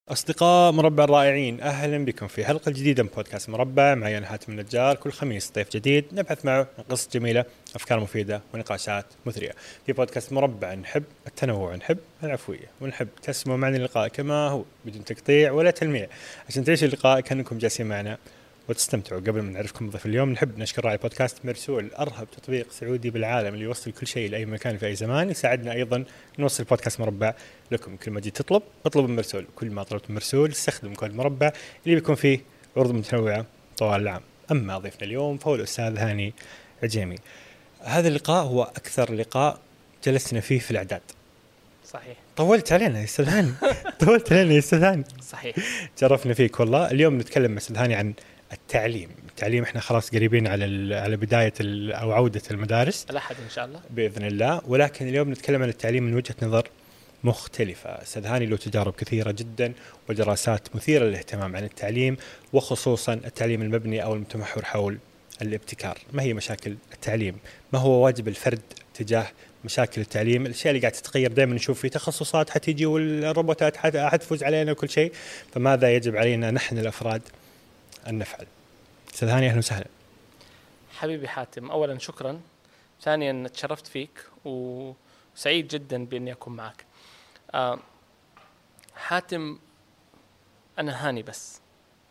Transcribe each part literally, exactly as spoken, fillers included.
أصدقاء مربع الرائعين، أهلا بكم في حلقة جديدة من بودكاست مربع. معي أنا حاتم النجار. كل خميس ضيف جديد نبحث معه عن قصص جميلة، أفكار مفيدة ونقاشات مثرية. في بودكاست مربع نحب التنوع، نحب العفوية، ونحب تسمعوا معنا اللقاء كما هو بدون تقطيع ولا تلميع، عشان تعيشوا اللقاء كأنكم جالسين معنا وتستمتعوا. قبل ما نعرفكم ضيف اليوم، نحب نشكر راعي بودكاست مرسول، أرهب تطبيق سعودي بالعالم اللي يوصل كل شيء لأي مكان في أي زمان. يساعدنا أيضا نوصل بودكاست مربع لكم. كل ما جيت تطلب اطلب من مرسول، كل ما طلبت من مرسول استخدم كود مربع اللي بيكون فيه عروض متنوعة طوال العام. أما ضيفنا اليوم فهو الأستاذ هاني عجيمي. هذا اللقاء هو أكثر لقاء جلسنا فيه في الإعداد. صحيح. طولت علينا يا أستاذ هاني. طولت علينا يا أستاذ هاني. صحيح. جرفنا فيك والله. اليوم نتكلم مع أستاذ هاني عن التعليم. التعليم احنا خلاص قريبين على على بداية أو عودة المدارس الأحد إن شاء الله بإذن الله، ولكن اليوم نتكلم عن التعليم من وجهة نظر مختلفة. أستاذ هاني له تجارب كثيرة جدا ودراسات مثيرة للاهتمام عن التعليم، وخصوصا التعليم المبني أو المتمحور حول الابتكار. ما هي مشاكل التعليم؟ ما هو واجب الفرد تجاه مشاكل التعليم؟ الأشياء اللي قاعد تتغير دائما، نشوف في تخصصات حتيجي والروبوتات حتفوز علينا وكل شيء، فماذا يجب علينا نحن الأفراد أن نفعل؟ أستاذ هاني أهلا وسهلا. حبيبي حاتم، أولا شكرا، ثانيا تشرفت فيك وسعيد جدا بإني أكون معك. آه حاتم، أنا هاني، بس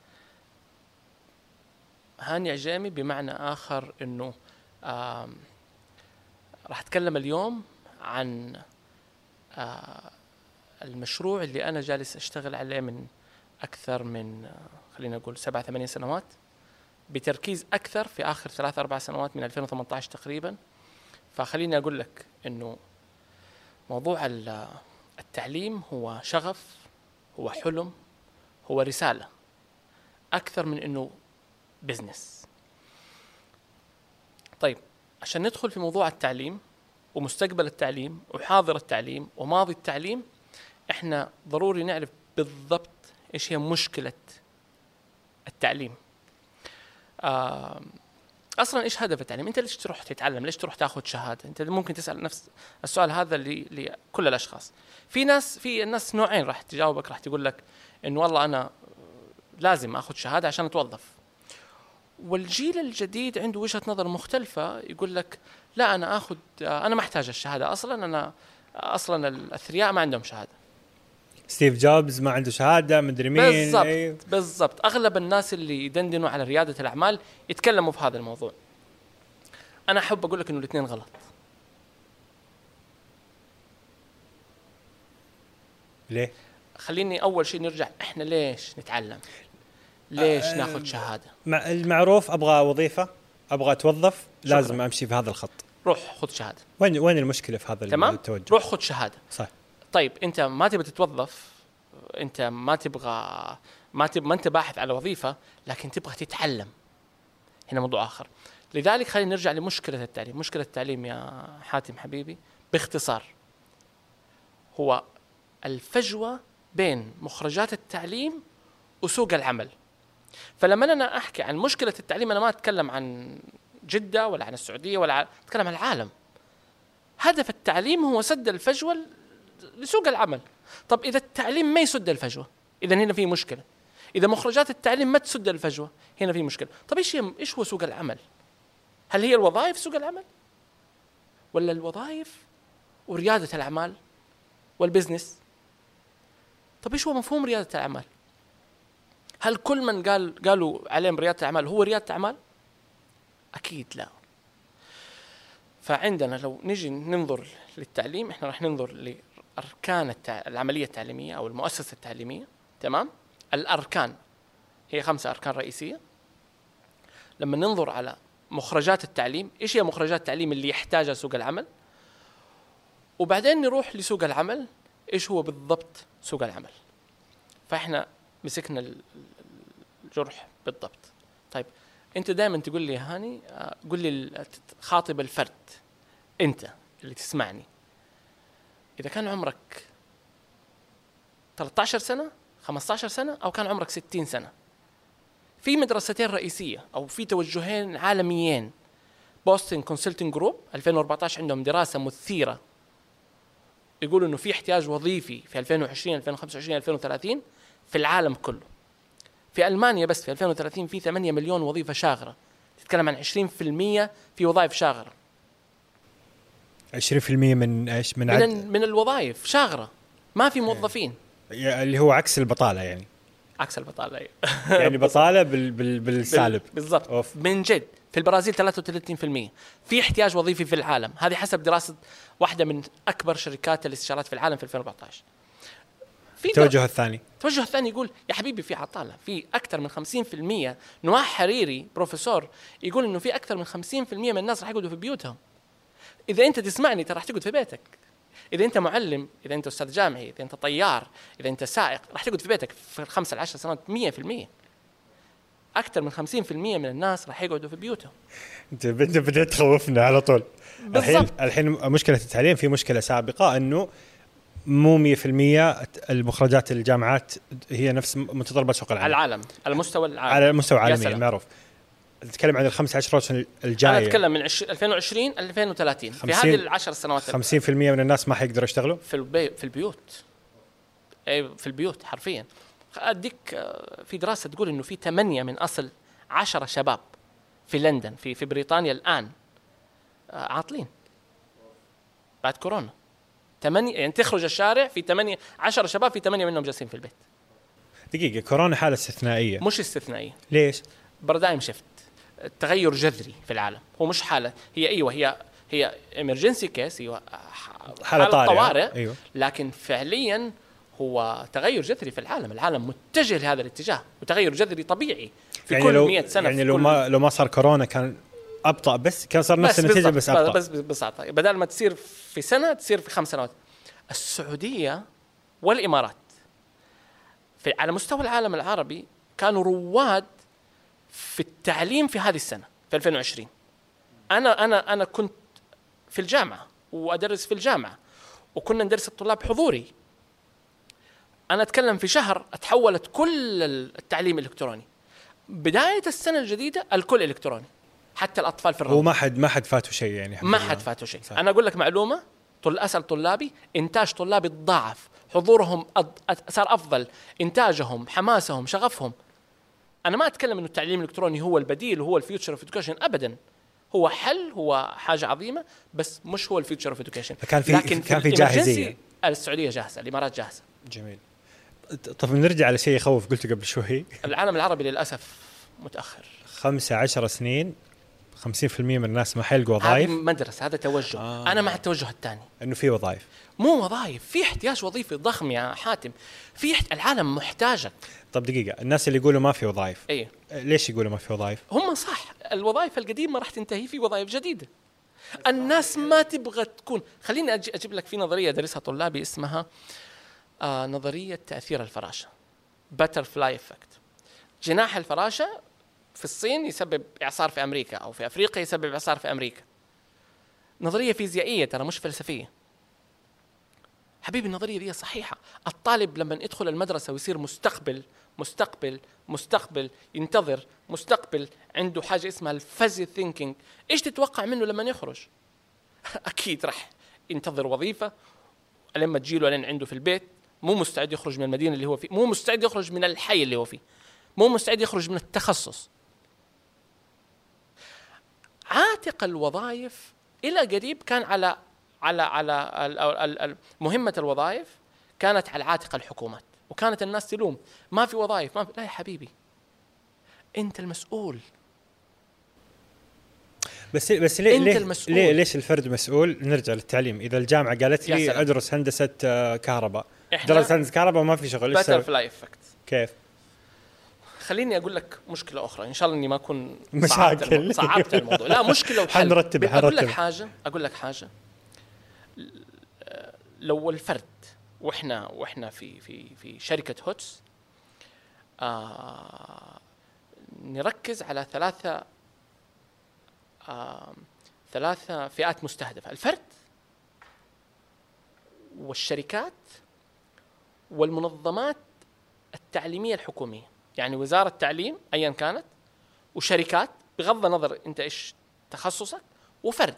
هاني عجيمي بمعنى آخر إنه آه راح أتكلم اليوم عن آه المشروع اللي أنا جالس أشتغل عليه من أكثر من آه خلينا نقول سبع ثمانية سنوات، بتركيز أكثر في آخر ثلاث أربع سنوات من ألفين وثمانية عشر تقريبا. فخليني أقول لك إنه موضوع التعليم هو شغف، هو حلم، هو رسالة أكثر من إنه بزنس. طيب، عشان ندخل في موضوع التعليم ومستقبل التعليم وحاضر التعليم وماضي التعليم، إحنا ضروري نعرف بالضبط إيش هي مشكلة التعليم. آه أصلاً إيش هدف التعليم؟ أنت ليش تروح تتعلم؟ ليش تروح تأخذ شهادة؟ أنت ممكن تسأل نفس السؤال هذا لكل الأشخاص. في ناس في الناس نوعين راح تجاوبك، راح تقول لك إنه والله أنا لازم أخذ شهادة عشان أتوظف، والجيل الجديد عنده وجهة نظر مختلفة، يقول لك لا، أنا أخذ أنا ما أحتاج الشهادة أصلاً، أنا أصلاً الأثرياء ما عندهم شهادة. ستيف جوبز ما عنده شهادة، مدري مين. بالضبط أي... بالضبط. أغلب الناس اللي يدندنوا على ريادة الأعمال يتكلموا في هذا الموضوع. أنا أحب أقول لك إنه الاثنين غلط. ليه؟ خليني أول شيء نرجع، إحنا ليش نتعلم؟ ليش أه ناخذ شهادة؟ المعروف أبغى وظيفة، أبغى أتوظف، لازم شكرا. أمشي في هذا الخط. روح خذ شهادة. وين وين المشكلة في هذا تمام؟ التوجه؟ روح خذ شهادة. صح. طيب أنت ما تبغى تتوظف، أنت ما تبغى ما تبغى ما أنت باحث على وظيفة، لكن تبغى تتعلم، هنا موضوع آخر. لذلك خلينا نرجع لمشكلة التعليم. مشكلة التعليم يا حاتم حبيبي باختصار هو الفجوة بين مخرجات التعليم وسوق العمل. فلما أنا أحكي عن مشكلة التعليم، أنا ما أتكلم عن جدة ولا عن السعودية، ولا أتكلم عن العالم. هدف التعليم هو سد الفجوة لسوق العمل. طب إذا التعليم ما يسد الفجوة، إذا هنا في مشكلة. إذا مخرجات التعليم ما تسد الفجوة، هنا في مشكلة. طب إيش إيش هو سوق العمل؟ هل هي الوظائف سوق العمل، ولا الوظائف وريادة الأعمال والبزنس؟ طب إيش هو مفهوم ريادة الأعمال؟ هل كل من قال قالوا عليهم ريادة الأعمال هو ريادة أعمال؟ أكيد لا. فعندنا لو نجي ننظر للتعليم، إحنا راح ننظر لأركان العملية التعليمية أو المؤسسة التعليمية. تمام؟ الأركان هي خمسة أركان رئيسية. لما ننظر على مخرجات التعليم، إيش هي مخرجات التعليم اللي يحتاجها سوق العمل، وبعدين نروح لسوق العمل، إيش هو بالضبط سوق العمل. فإحنا مسكنا الجرح بالضبط. طيب أنت دائما تقول لي هاني، قل لي خاطب الفرد، أنت اللي تسمعني، إذا كان عمرك ثلاثة عشر سنة، خمسة عشر سنة، أو كان عمرك ستين سنة، في مدرستين رئيسية أو في توجهين عالميين. بوستن كونسلتنج جروب ألفين وأربعة عشر عندهم دراسة مثيرة، يقولوا إنه في احتياج وظيفي في ألفين وعشرين ألفين وخمسة وعشرين ألفين وثلاثين في العالم كله. في ألمانيا بس في ألفين وثلاثين في ثمانية مليون وظيفة شاغرة، تتكلم عن عشرين بالمئة في وظائف شاغرة. عشرين بالمئة من ايش؟ من من, عد... من الوظائف شاغرة، ما في موظفين. اللي هو عكس البطالة يعني. عكس البطالة يعني بطالة بال... بال... بالسالب. بالضبط. أوف. من جد في البرازيل ثلاثة وثلاثين بالمئة في احتياج وظيفي في العالم، هذه حسب دراسة واحدة من أكبر شركات الاستشارات في العالم في ألفين وأربعة عشر. في التوجه الثاني التوجه الثاني يقول يا حبيبي في عطالة، في أكثر من خمسين بالمئة. نواح حريري بروفيسور يقول إنه في أكثر من خمسين بالمئة من الناس راح يقعدوا في بيوتهم. إذا أنت تسمعني ترى راح تقعد في بيتك. إذا أنت معلم، إذا أنت أستاذ جامعي، إذا أنت طيار، إذا أنت سائق، راح تقعد في بيتك في الخمسة العشر سنوات. مية في المية أكثر من خمسين بالمئة من الناس راح يقعدوا في بيوتهم. أنت بدأت تخوفنا على طول. الحين الحين مشكلة التعليم في مشكلة سابقة إنه مو مية في المية المخرجات الجامعات هي نفس متطلبات سوق العمل. العالم على المستوى العالمي. على المستوى العالمي المعروف. نتكلم عن الخمس عشر سنة الجاية. أنا أتكلم من ألفين وعشرين ألفين وثلاثين في هذه العشر سنوات. خمسين بالمئة من الناس ما حيقدروا يشتغلوا في البي في البيوت. أي في البيوت حرفيا. أديك في دراسة تقول إنه في ثمانية من أصل عشرة شباب في لندن في في بريطانيا الآن عاطلين بعد كورونا. ثمانية يعني تخرج الشارع في ثمانية عشرة شباب، في ثمانية منهم جالسين في البيت. دقيقة، كورونا حالة استثنائية. مش استثنائية. ليش؟ بارادايم شيفت، تغير جذري في العالم. هو مش حالة، هي أيوة هي هي emergency case، هي حالة طوارئ. أيوة. لكن فعليا هو تغير جذري في العالم. العالم متجه لهذا الاتجاه، وتغير جذري طبيعي في يعني كل مئة سنة. يعني لو ما لو ما صار كورونا كان أبطأ، بس كان صار نفس النتيجة بس أبطأ. بس ببساطة بدل ما تصير في سنة تصير في خمس سنوات. السعودية والإمارات في على مستوى العالم العربي كانوا رواد في التعليم في هذه السنة في ألفين وعشرين. أنا أنا أنا كنت في الجامعة وأدرس في الجامعة، وكنا ندرس الطلاب حضوري. أنا أتكلم في شهر أتحولت كل التعليم إلكتروني. بداية السنة الجديدة الكل إلكتروني، حتى الأطفال في الروضة. وما حد ما حد فاته شيء يعني. ما حد فاته شيء. أنا أقول لك معلومة، طل أسأل طلابي، إنتاج طلابي تضاعف، حضورهم صار أفضل، إنتاجهم، حماسهم، شغفهم. أنا ما أتكلم إنه التعليم الإلكتروني هو البديل وهو الفيوتشر اوف إديوكيشن، أبداً. هو حل، هو حاجة عظيمة، بس مش هو الفيوتشر اوف إديوكيشن. كان في لكن كان في جاهزية. السعودية جاهزة، الإمارات جاهزة. جميل. طب نرجع على شيء يخوف قلته قبل شوي. العالم العربي للأسف متأخر. خمسة عشر سنين خمسين بالمئة من الناس ما حيلقوا وظائف. هذه مدرسة، هذا توجه. آه. أنا مع التوجه الثاني، إنه في وظائف. مو وظائف، في احتياج وظيفي ضخم يا حاتم. في احت... العالم محتاجك. طب دقيقة، الناس اللي يقولوا ما في وظائف، أيه؟ ليش يقولوا ما في وظائف؟ هم صح، الوظائف القديمة راح تنتهي، في وظائف جديدة. الناس ما تبغى تكون. خليني أجي أجيب لك في نظرية درسها طلابي اسمها آه نظرية تأثير الفراشة، Butterfly Effect. جناح الفراشة في الصين يسبب إعصار في أمريكا، أو في أفريقيا يسبب إعصار في أمريكا. نظرية فيزيائية ترى، مش فلسفية حبيبي. النظرية دي صحيحة. الطالب لما يدخل المدرسة ويصير مستقبل مستقبل مستقبل ينتظر مستقبل، عنده حاجة اسمها الفازي ثينكينج. إيش تتوقع منه لما يخرج؟ أكيد رح ينتظر وظيفة لما تجيله لين عنده في البيت. مو مستعد يخرج من المدينة اللي هو فيه، مو مستعد يخرج من الحي اللي هو فيه، مو مستعد يخرج من التخصص. عاتق الوظائف إلى قريب كان على على على مهمة الوظائف كانت على عاتق الحكومات، وكانت الناس تلوم ما في وظائف ما في. لا يا حبيبي، أنت المسؤول. بس بس ليه ليه, ليه ليش الفرد مسؤول؟ نرجع للتعليم. إذا الجامعة قالت لي أدرس هندسة كهرباء، درس هندسة كهرباء وما في شغل، Butterfly Effect. كيف؟ خليني أقول لك مشكلة أخرى، إن شاء الله إني ما أكون مشاكل صعبت الموضوع. لا، مشكلة وحل. حنرتب أقول لك حاجة أقول لك حاجة لو الفرد وإحنا وإحنا في في في شركة هوتس آه نركز على ثلاثة آه ثلاثة فئات مستهدفة: الفرد والشركات والمنظمات التعليمية الحكومية، يعني وزارة التعليم أيا كانت، وشركات بغض النظر أنت إيش تخصصك، وفرد.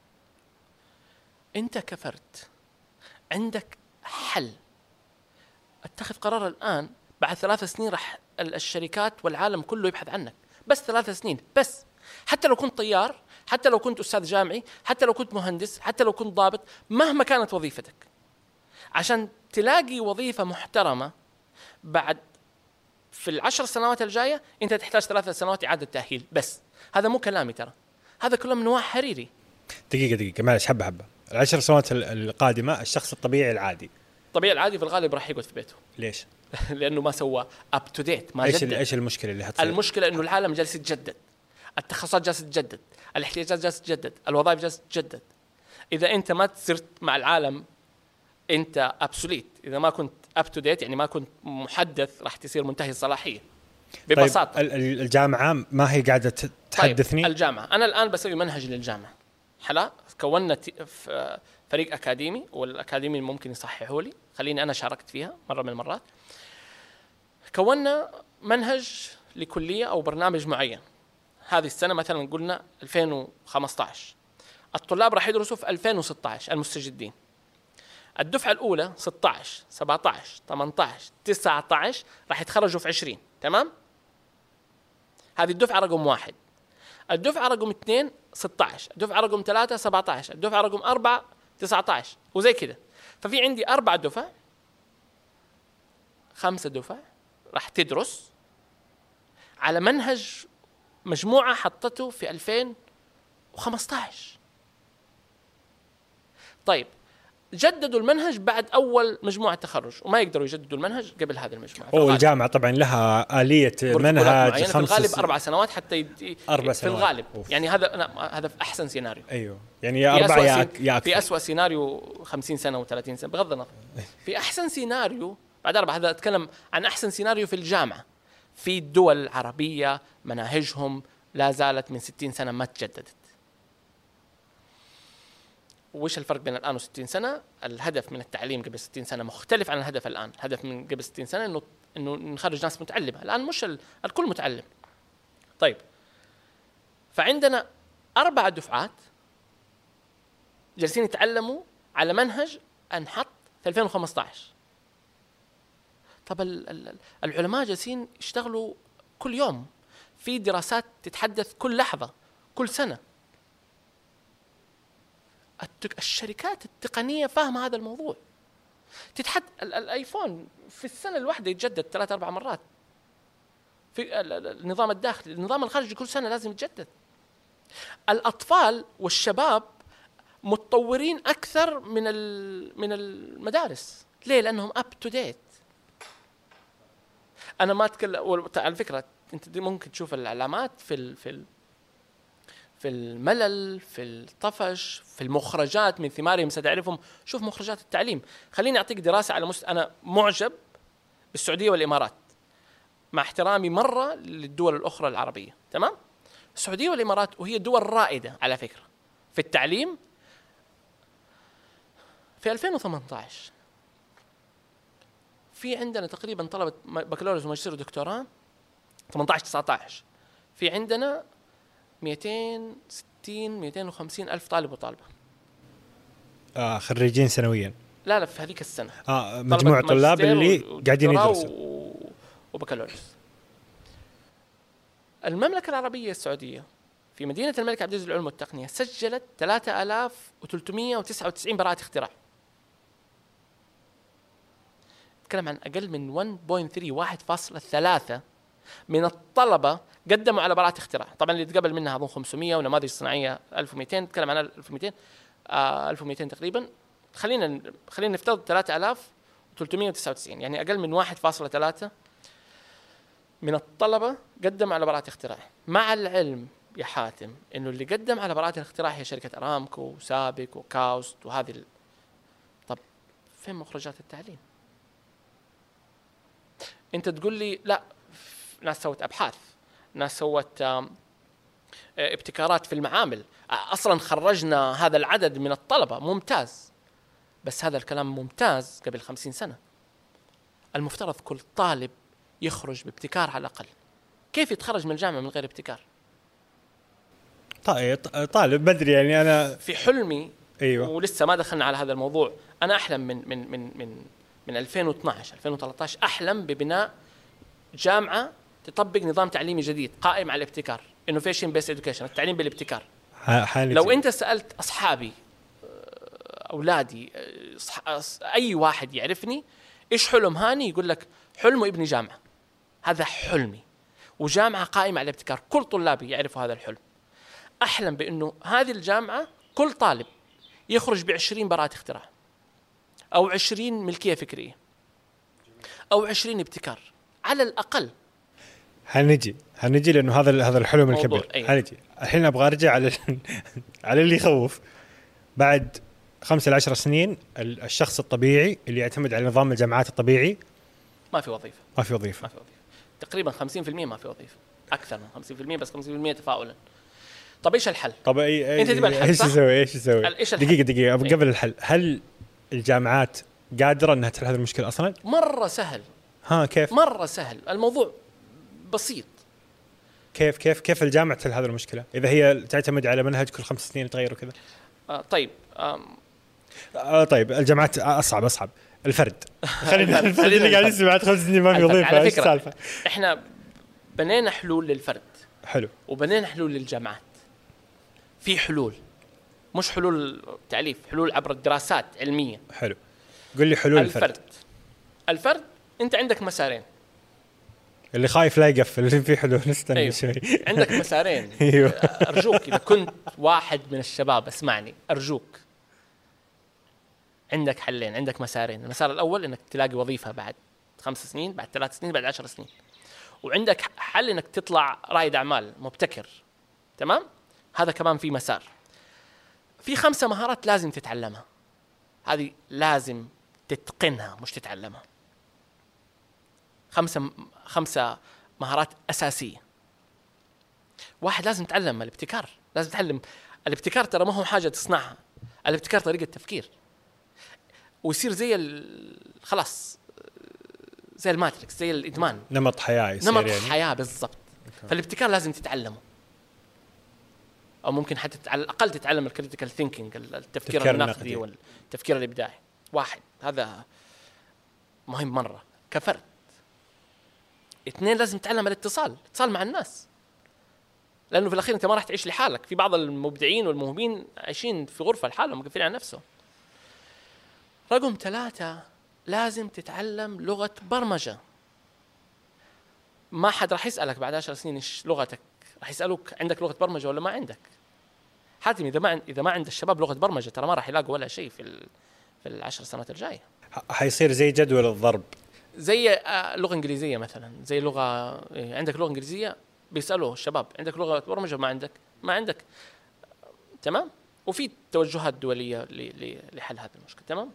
أنت كفرد عندك حل اتخذ قرار الآن. بعد ثلاث سنين راح الشركات والعالم كله يبحث عنك. بس ثلاث سنين بس. حتى لو كنت طيار، حتى لو كنت أستاذ جامعي، حتى لو كنت مهندس، حتى لو كنت ضابط، مهما كانت وظيفتك، عشان تلاقي وظيفة محترمة بعد في العشر سنوات الجاية أنت تحتاج ثلاث سنوات إعادة تأهيل. بس هذا مو كلامي، ترى هذا كله من نواح حريري. دقيقة دقيقة معلش، حبة حبة. العشر سنوات القادمة الشخص الطبيعي العادي الطبيعي العادي في الغالب راح يقعد في بيته. ليش؟ لأنه ما سوى up to date، ما إيش جدد. إيش المشكلة اللي هتصير؟ المشكلة إنه العالم جالس يتجدد، التخصصات جالسة تتجدد، الاحتياجات جالسة تتجدد، الوظائف جالسة تتجدد. إذا أنت ما صرت مع العالم أنت أبسوليت. إذا ما كنت up to date يعني ما كنت محدث، راح تصير منتهي الصلاحية ببساطة. طيب الجامعة ما هي قاعدة تحدثني؟ طيب الجامعة، أنا الآن بسوي منهج للجامعة. حلا كوننا فريق أكاديمي، والأكاديمي ممكن يصححوا لي، خليني أنا شاركت فيها مرة من المرات. كوننا منهج لكلية أو برنامج معين. هذه السنة مثلا قلنا ألفين وخمسة عشر، الطلاب راح يدرسوا في ألفين وستة عشر المستجدين. الدفعة الأولى ستة عشر سبعة عشر ثمانية عشر تسعة عشر راح يتخرجوا في عشرين. تمام؟ هذه الدفعة رقم واحد. الدفعة رقم اثنين ستة عشر، الدفعة رقم ثلاثة سبعة عشر، الدفعة رقم أربعة تسعة عشر، وزي كده. ففي عندي أربع دفع، خمسة دفع راح تدرس على منهج مجموعة حطته في ألفين وخمسة عشر. طيب جددوا المنهج بعد أول مجموعة تخرج، وما يقدروا يجددوا المنهج قبل هذه المجموعة. أو الجامعة طبعا لها آلية منهج في الغالب أربع سنوات حتى يد... أربع في سنوات. الغالب. أوف. يعني هذا أنا هذا في أحسن سيناريو. أيوه يعني يا أربعة يا أك... يا أكثر. في أسوأ سيناريو خمسين سنة وثلاثين سنة بغض النظر. في أحسن سيناريو بعد أربعة. هذا أتكلم عن أحسن سيناريو في الجامعة. في الدول العربية مناهجهم لا زالت من ستين سنة ما تجددت. وش الفرق بين الآن وستين سنة؟ الهدف من التعليم قبل ستين سنة مختلف عن الهدف الآن. الهدف من قبل ستين سنة إنه إنه نخرج ناس متعلمة. الآن مش الكل متعلم. طيب فعندنا أربع دفعات جالسين يتعلموا على منهج انحط في ألفين وخمسة عشر. طب العلماء جالسين يشتغلوا كل يوم، في دراسات تتحدث كل لحظة كل سنة. الشركات التقنية فاهمة هذا الموضوع. تتحد الايفون في السنة الواحدة يتجدد ثلاث اربع مرات. في النظام الداخلي، النظام الخارجي كل سنة لازم يتجدد. الأطفال والشباب متطورين أكثر من من المدارس. ليه؟ لأنهم up to date. أنا ما أتكلم على فكرة. أنت ممكن تشوف العلامات في ال في ال في الملل، في الطفش، في المخرجات من ثمارهم ستعرفهم. شوف مخرجات التعليم. خليني أعطيك دراسة على مست... أنا معجب بالسعودية والإمارات مع احترامي مرة للدول الأخرى العربية. تمام؟ السعودية والإمارات وهي دول رائدة على فكرة في التعليم. في ألفين وثمانية عشر في عندنا تقريبا طلبة بكالوريوس وماجستير ودكتوراه ثمانية عشر تسعة عشر. في عندنا مئتين وستين مئتين وخمسين ألف طالب وطالبة. آه خريجين سنويا؟ لا لا في هذيك السنة. آه مجموع طلاب اللي قاعدين يدرسوا و... وبكالوريوس. المملكة العربية السعودية في مدينة الملك عبد العزيز للعلوم والتقنية سجلت ثلاثة آلاف وثلاثمئة وتسعة وتسعين براءة اختراع. نتكلم عن أقل من واحد فاصلة ثلاثة من الطلبة قدموا على براءة اختراع. طبعا اللي تقبل منها أظن خمسمئة ونماذج صناعية ألف ومئتين. نتكلم عن ألف ومئتين آه ألف ومئتين تقريبا. خلينا خلينا نفترض ثلاثة آلاف وثلاثمئة وتسعة وتسعين، يعني أقل من واحد فاصلة ثلاثة من الطلبة قدم على براءة اختراع. مع العلم يا حاتم إنه اللي قدم على براءة الاختراع هي شركة أرامكو وسابك وكاوست وهذه ال... طب فين مخرجات التعليم؟ أنت تقول لي لا، ناس سوت أبحاث، ناس سوت ابتكارات في المعامل، أصلا خرجنا هذا العدد من الطلبة. ممتاز، بس هذا الكلام ممتاز قبل خمسين سنة. المفترض كل طالب يخرج بابتكار على الأقل. كيف يتخرج من الجامعة من غير ابتكار؟ طيب طالب بدري يعني أنا في حلمي. أيوة. ولسه ما دخلنا على هذا الموضوع. أنا أحلم من من من من من ألفين واثناشر ألفين وثلاثة عشر أحلم ببناء جامعة تطبق نظام تعليمي جديد قائم على الابتكار innovation based education التعليم بالابتكار. لو أنت سألت أصحابي أولادي أي واحد يعرفني إيش حلم هاني يقول لك حلمه ابني جامعة. هذا حلمي وجامعة قائمة على الابتكار كل طلابي يعرفوا هذا الحلم. أحلم بأنه هذه الجامعة كل طالب يخرج بعشرين براءة اختراع أو عشرين ملكية فكرية أو عشرين ابتكار على الأقل. هنجي هنجي لأنه هذا هذا الحلم الكبير. أيه. هنجي الحين أبغى أرجع على على اللي يخوف. بعد خمسة لعشر سنين الشخص الطبيعي اللي يعتمد على نظام الجامعات الطبيعي ما في وظيفة ما في وظيفة ما في وظيفة تقريبا خمسين بالمئة ما في وظيفة أكثر من خمسين بالمئة بس خمسين بالمئة تفاؤلا. طب إيش الحل؟ طب أي أنت تبغى الحل إيش يسوي إيش يسوي؟ إيش الحل؟ دقيقة دقيقة قبل الحل. هل الجامعات قادرة أنها تحل هذه المشكلة أصلاً؟ مرة سهل. ها كيف؟ مرة سهل الموضوع بسيط. كيف كيف كيف الجامعة تحل هذه المشكلة إذا هي تعتمد على منهج كل خمس سنين يتغير وكذا؟ آه طيب آه آه طيب الجامعات أصعب أصعب الفرد. خلينا الفرد اللي قاعد يسمع بعد خمس سنين ما في وظيفة. إيش السالفة؟ إحنا بنينا حلول للفرد. حلو. وبنينا حلول للجامعات. في حلول مش حلول تأليف حلول عبر الدراسات علمية. حلو. قل لي حلول الفرد. الفرد الفرد أنت عندك مسارين. اللي خايف لا يقفل اللي في حلول نستنى أيوه. شوي. عندك مسارين. أيوه. أرجوك إذا كنت واحد من الشباب اسمعني أرجوك عندك حلين عندك مسارين. المسار الأول إنك تلاقي وظيفة بعد خمس سنين بعد ثلاث سنين بعد عشر سنين. وعندك حل إنك تطلع رائد أعمال مبتكر. تمام؟ هذا كمان في مسار. في خمسة مهارات لازم تتعلمها. هذه لازم تتقنها مش تتعلمها. خمسة خمسة مهارات أساسية. واحد لازم تتعلم الابتكار. لازم تتعلم الابتكار ترى ما هو حاجة تصنعها. الابتكار طريقة تفكير. ويصير زي خلاص زي الماتريكس زي الإدمان. نمط حياة يصير نمط يعني. حياة بالضبط. فالابتكار لازم تتعلمه. أو ممكن حتى على الأقل تتعلم الكريتيكال ثينكينج التفكير النقدي والتفكير الإبداعي. واحد هذا مهم مرة كفرد. اثنين لازم تتعلم الاتصال اتصال مع الناس. لأنه في الأخير أنت ما راح تعيش لحالك. في بعض المبدعين والموهوبين عايشين في غرفة لحالهم مقفلين على نفسهم. رقم ثلاثة لازم تتعلم لغة برمجة. ما حد راح يسألك بعد عشر سنين إيش لغتك. راح يسألوك عندك لغة برمجة ولا ما عندك. حاتم إذا ما إذا ما عند الشباب لغة برمجة ترى ما راح يلاقوا ولا شيء في في العشر سنوات الجاية. حيصير زي جدول الضرب. زي لغة إنجليزية مثلا زي لغة عندك لغة إنجليزية بيسألوا الشباب عندك لغة برمجة ما عندك ما عندك. تمام. وفي توجهات دولية لحل هذا المشكلة. تمام.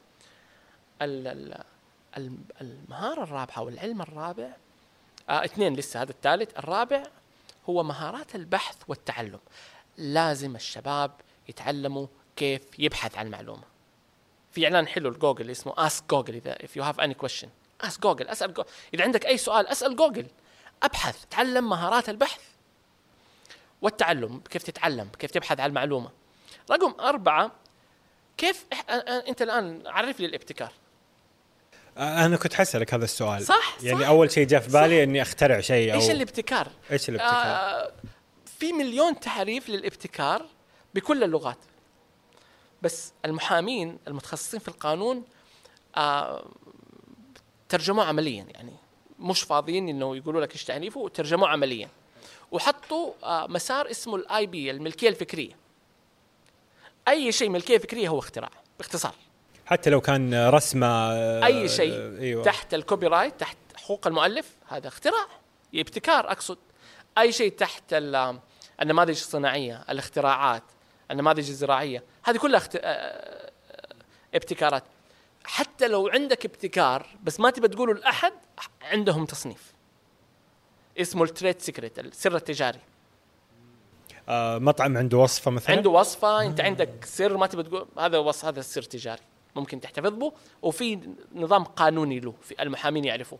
المهارة الرابعة والعلم الرابع آه اثنين لسه هذا الثالث. الرابع هو مهارات البحث والتعلم. لازم الشباب يتعلموا كيف يبحث عن معلومة. في إعلان حلو لجوجل اسمه Ask Google إذا if you have any question Ask Google أسأل جو... إذا عندك أي سؤال أسأل جوجل. أبحث تعلم مهارات البحث والتعلم. كيف تتعلم كيف تبحث عن المعلومة. رقم أربعة كيف أنت الآن عرف لي الابتكار. أنا كنت حسألك هذا السؤال. صح يعني صح أول شيء جاء في بالي صح. إني أخترع شيء. أو إيش الابتكار؟ إيش الابتكار؟ آه في مليون تعريف للابتكار بكل اللغات. بس المحامين المتخصصين في القانون آه ترجموه عمليا. يعني مش فاضيين إنه يقولوا لك إيش تعريفه. ترجموه عمليا وحطوا آه مسار اسمه الآي بي الملكية الفكرية. أي شيء ملكية فكرية هو اختراع باختصار. حتى لو كان رسمة أي شيء أيوة. تحت الكوبي رايت تحت حقوق المؤلف هذا اختراع ابتكار أقصد. أي شيء تحت النماذج الصناعية الاختراعات النماذج الزراعية هذه كلها اخت... ابتكارات. حتى لو عندك ابتكار بس ما تبى تقوله لأحد عندهم تصنيف اسمه التريد سيكريت السر التجاري. آه مطعم عنده وصفة مثلا عنده وصفة أنت عندك سر ما تبى تقول هذا وصف هذا السر تجاري ممكن تحتفظ به وفي نظام قانوني له في المحامين يعرفوه.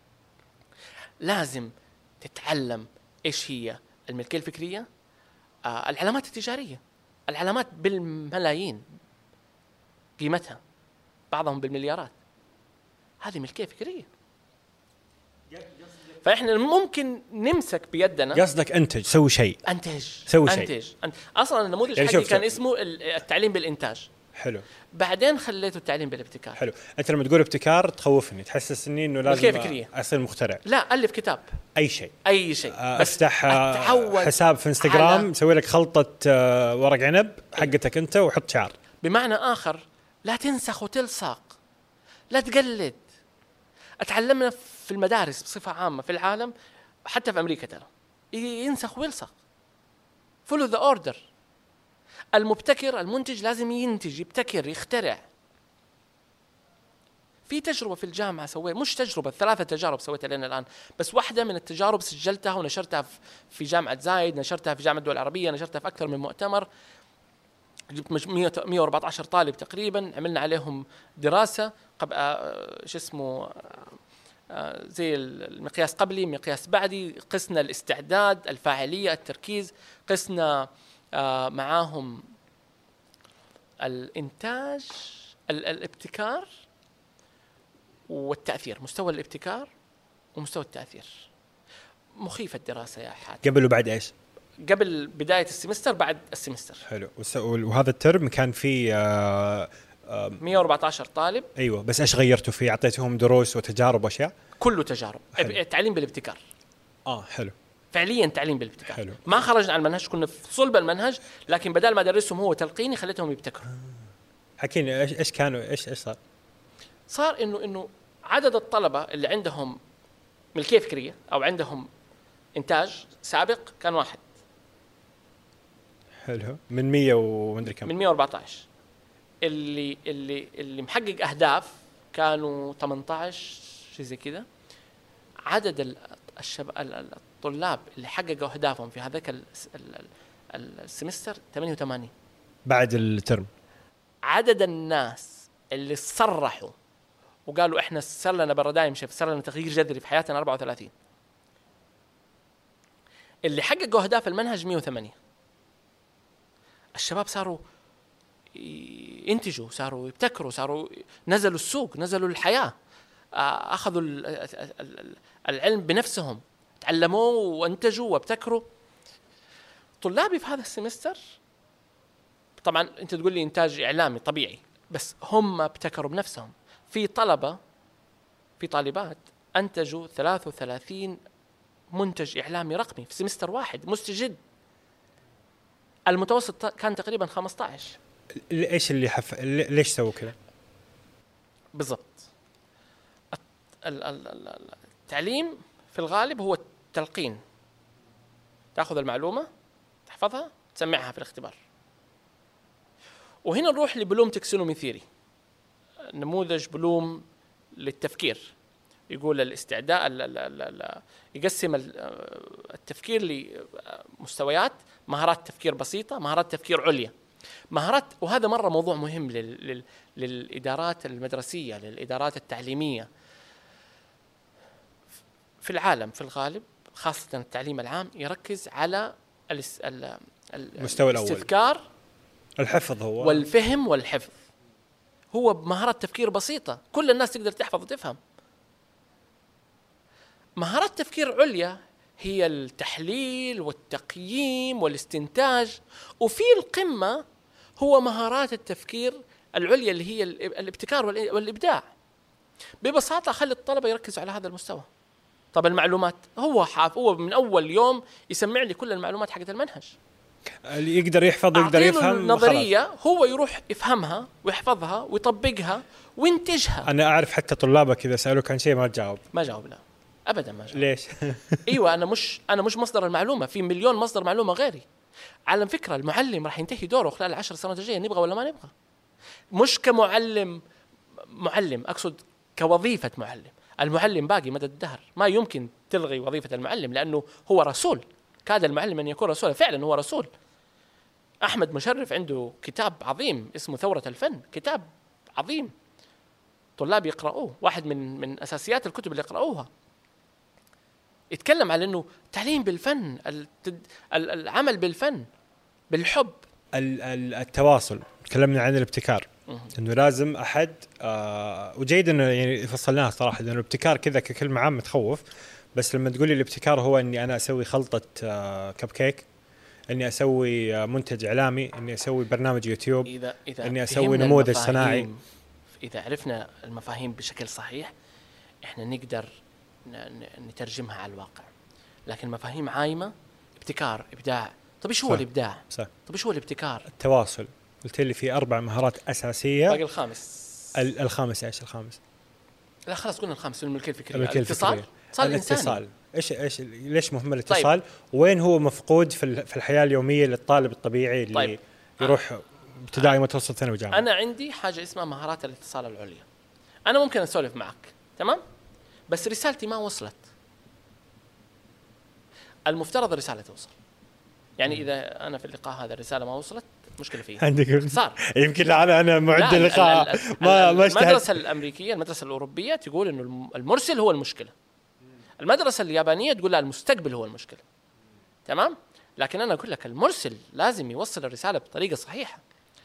لازم تتعلم إيش هي الملكية الفكرية. آه العلامات التجارية العلامات بالملايين قيمتها بعضهم بالمليارات. هذه ملكية فكرية. فإحنا ممكن نمسك بيدنا. قصدك أنتج، سوي شيء. أنتج. سوي أنتج. شيء. أنت... أصلاً النموذج يعني حقي كان اسمه التعليم بالإنتاج. حلو. بعدين خليته التعليم بالابتكار. حلو. أنت لما تقول ابتكار تخوفني، تحسسني إنه لازم أصير مخترع. لا، ألف كتاب. أي شيء. أي شيء. أفتح حساب في إنستغرام، سوي لك خلطة ورق عنب حقتك أنت وحط شعر. بمعنى آخر، لا تنسخ وتلصق، لا تقلد. أتعلمنا في المدارس بصفة عامة في العالم، حتى في أمريكا ترى ينسخ ويلصق. follow the order. المبتكر المنتج لازم ينتج، يبتكر، يخترع. في تجربة في الجامعة سويت، مش تجربة، ثلاثة تجارب سويتها لنا الآن، بس واحدة من التجارب سجلتها ونشرتها في جامعة زايد، نشرتها في جامعة الدول العربية، نشرتها في أكثر من مؤتمر. جبت مئة وأربعة عشر طالب تقريبا، عملنا عليهم دراسة قبل شو اسمه زي المقياس قبلي، مقياس بعدي، قسنا الاستعداد، الفاعلية، التركيز، قسنا معاهم الإنتاج، الابتكار والتأثير، مستوى الابتكار ومستوى التأثير. مخيفة الدراسة يا حاتم. قبل وبعد إيش؟ قبل بداية السمستر، بعد السمستر. حلو. وهذا الترم كان فيه آه آه مئة وأربعة عشر طالب. أيوة، بس إيش غيرتوا فيه؟ أعطيتهم دروس وتجارب وأشياء؟ كله تجارب. تعليم بالابتكار. آه حلو. فعليا تعليم بالابتكار. حلو. ما خرجنا عن المنهج، كنا في صلب المنهج، لكن بدل ما أدرسهم هو تلقيني خليتهم يبتكروا. حكينا إيش إيش كانوا إيش إيش صار؟ صار إنه إنه عدد الطلبة اللي عندهم ملكية فكرية أو عندهم إنتاج سابق كان واحد. حلو. من مية ومدري كم. من مئة وأربعة عشر. اللي اللي اللي محقق أهداف كانوا ثمانية عشر، شيء زي كذا. عدد الشباب الطلاب اللي حققوا أهدافهم في هذاك السمستر ثمانية وثمانين. بعد الترم. عدد الناس اللي صرحوا وقالوا إحنا صار لنا بردايم شيء، صار لنا تغيير جذري في حياتنا أربعة وثلاثين. اللي حققوا أهداف المنهج مئة وثمانية. الشباب صاروا ينتجوا، صاروا يبتكروا، صاروا نزلوا السوق، نزلوا الحياة، أخذوا العلم بنفسهم، تعلموا وانتجوا وابتكروا. طلابي في هذا السمستر طبعا أنت تقول لي إنتاج إعلامي طبيعي، بس هم ابتكروا بنفسهم. في طلبة، في طالبات أنتجوا ثلاثة وثلاثين منتج إعلامي رقمي في سمستر واحد مستجد. المتوسط كان تقريبا خمسة عشر. إيش اللي حف... ليش سووا كذا؟ بالضبط. التعليم في الغالب هو التلقين، تأخذ المعلومة، تحفظها، تسمعها في الاختبار. وهنا نروح لبلوم تكسونومي ثيري، نموذج بلوم للتفكير. يقول الاستعداد ال ال ال يقسم التفكير لمستويات: مهارات تفكير بسيطة، مهارات تفكير عليا، مهارات. وهذا مرة موضوع مهم لل للإدارات المدرسية، للإدارات التعليمية في العالم. في الغالب خاصة التعليم العام يركز على المستوى الأول، الاستذكار، الحفظ هو والفهم والحفظ. هو مهارات تفكير بسيطة كل الناس تقدر تحفظ وتفهم. مهارات تفكير عليا هي التحليل والتقييم والاستنتاج. وفي القمة هو مهارات التفكير العليا اللي هي الابتكار والإبداع. ببساطة خلي الطلبة يركزوا على هذا المستوى. طب المعلومات، هو حاف هو من أول يوم يسمع لي كل المعلومات حقت المنهج، اللي يقدر يحفظ يقدر يفهم. النظرية هو يروح يفهمها ويحفظها ويطبقها وينتجها. أنا أعرف حتى طلابك إذا سألوك عن شيء ما تجاوب. ما جاوب، لا أبدا ما جاوب. ليش؟ أيوة، أنا مش أنا مش مصدر المعلومة، في مليون مصدر معلومة غيري. على فكرة المعلم راح ينتهي دوره خلال العشر سنوات الجاية، نبغى ولا ما نبغى. مش كمعلم معلم، أقصد كوظيفة معلم. المعلم باقي مدى الدهر، ما يمكن تلغي وظيفة المعلم لأنه هو رسول. كاد المعلم أن يكون رسولا، فعلا هو رسول. أحمد مشرف عنده كتاب عظيم اسمه ثورة الفن، كتاب عظيم طلاب يقرأوه، واحد من من أساسيات الكتب اللي يقرأوها. يتكلم على أنه تعليم بالفن، العمل بالفن، بالحب، التواصل. تكلمنا عن الابتكار، انه لازم احد آه وجيد انه يعني فصلناها صراحه، لانه الابتكار كذا ككلمه عامه تخوف، بس لما تقولي الابتكار هو اني انا اسوي خلطه آه كب كيك، اني اسوي آه منتج اعلامي، اني اسوي برنامج يوتيوب، إذا إذا اني اسوي نموذج صناعي. اذا عرفنا المفاهيم بشكل صحيح احنا نقدر نترجمها على الواقع. لكن مفاهيم عايمه، ابتكار، ابداع. طب ايش هو الابداع؟ صح. طب ايش هو الابتكار؟ التواصل. قلت لي في اربع مهارات اساسيه. باقي الخامس. الخامس ايش الخامس؟ لا خلاص قلنا الخامس، الملكيه الفكريه. الاتصال. الاتصال. ايش ايش ليش مهم الاتصال؟ طيب. وين هو مفقود في في الحياه اليوميه للطالب الطبيعي اللي طيب. يروح ابتدائي متوسط ثانوي جامعه؟ انا عندي حاجه اسمها مهارات الاتصال العليا. انا ممكن اسولف معك تمام، بس رسالتي ما وصلت. المفترض الرساله توصل. يعني اذا انا في اللقاء هذا الرساله ما وصلت مشكله فيه. عندك صار يمكن انا انا معد اللقاء ما ما المدرسه الامريكيه المدرسه الاوروبيه تقول انه المرسل هو المشكله. المدرسه اليابانيه تقول لا المستقبل هو المشكله. تمام. لكن انا اقول لك المرسل لازم يوصل الرساله بطريقه صحيحه.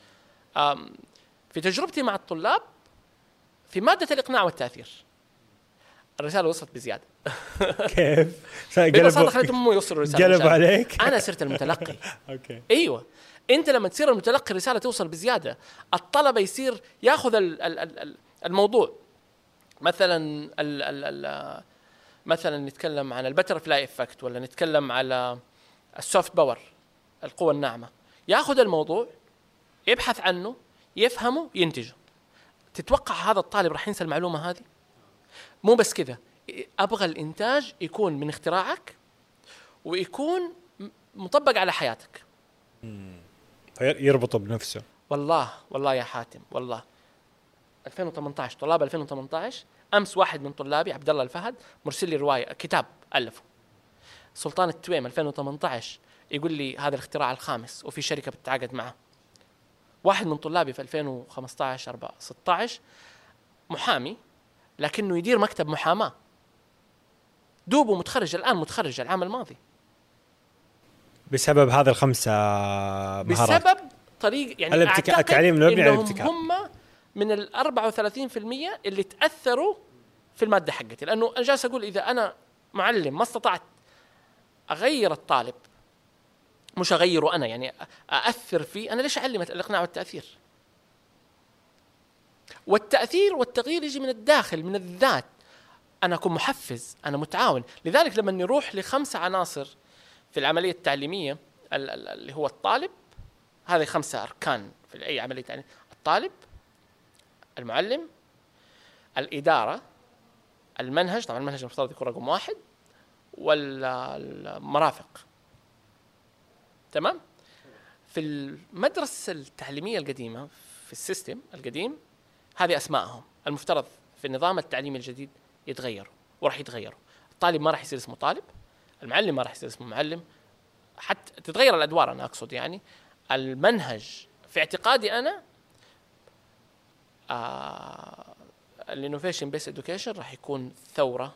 في تجربتي مع الطلاب في ماده الاقناع والتاثير الرساله وصلت بزياده. كيف؟ ببساطه خليتهم هم يوصلوا الرساله. قلب عليك. انا صرت المتلقي. اوكي. ايوه انت لما تصير المتلقي الرساله توصل بزياده، الطلبه يصير ياخذ الموضوع. مثلا ال ال ال مثلا نتكلم عن البترفلاي افكت، ولا نتكلم على السوفت باور، القوه الناعمه. ياخذ الموضوع، يبحث عنه، يفهمه، ينتجه. تتوقع هذا الطالب راح ينسى المعلومه هذه؟ مو بس كذا، ابغى الانتاج يكون من اختراعك ويكون مطبق على حياتك. يربطه بنفسه. والله والله يا حاتم، والله ألفين وثمانية عشر طلاب ألفين وثمانية عشر امس واحد من طلابي عبد الله الفهد مرسل لي روايه كتاب الفه. سلطان التويم ألفين وثمانية عشر يقول لي هذا الاختراع الخامس وفي شركه بتتعاقد معه. واحد من طلابي في ألفين وخمسة عشر أربعة ستة عشر محامي لكنه يدير مكتب محاماه، دوبه متخرج الان، متخرج العام الماضي. بسبب هذا الخمسه مهارات، بسبب طريق يعني الابتكار، التعليم المبني على الابتكار. هم من ال أربعة وثلاثين بالمئة اللي تاثروا في الماده حقتي. لانه انا جالس اقول اذا انا معلم ما استطعت اغير الطالب، مش اغيره انا يعني ااثر فيه، انا ليش اعلم الاقناع والتاثير؟ والتاثير والتغيير يجي من الداخل، من الذات. انا اكون محفز، انا متعاون. لذلك لما نروح لخمسه عناصر في العمليه التعليميه اللي هو الطالب، هذه خمسه اركان في اي عمليه تعليم: الطالب، المعلم، الاداره، المنهج، طبعا المنهج المفترض يكون رقم واحد، والمرافق. تمام. في المدرسه التعليميه القديمه، في السيستم القديم، هذه اسمائهم. المفترض في النظام التعليمي الجديد يتغيروا، وراح يتغيروا. الطالب ما راح يصير اسمه طالب، المعلم ما راح يصير اسمه معلم، حتى تتغير الادوار. انا اقصد يعني المنهج في اعتقادي انا آه الانوفيشن بيس اديوكيشن راح يكون ثوره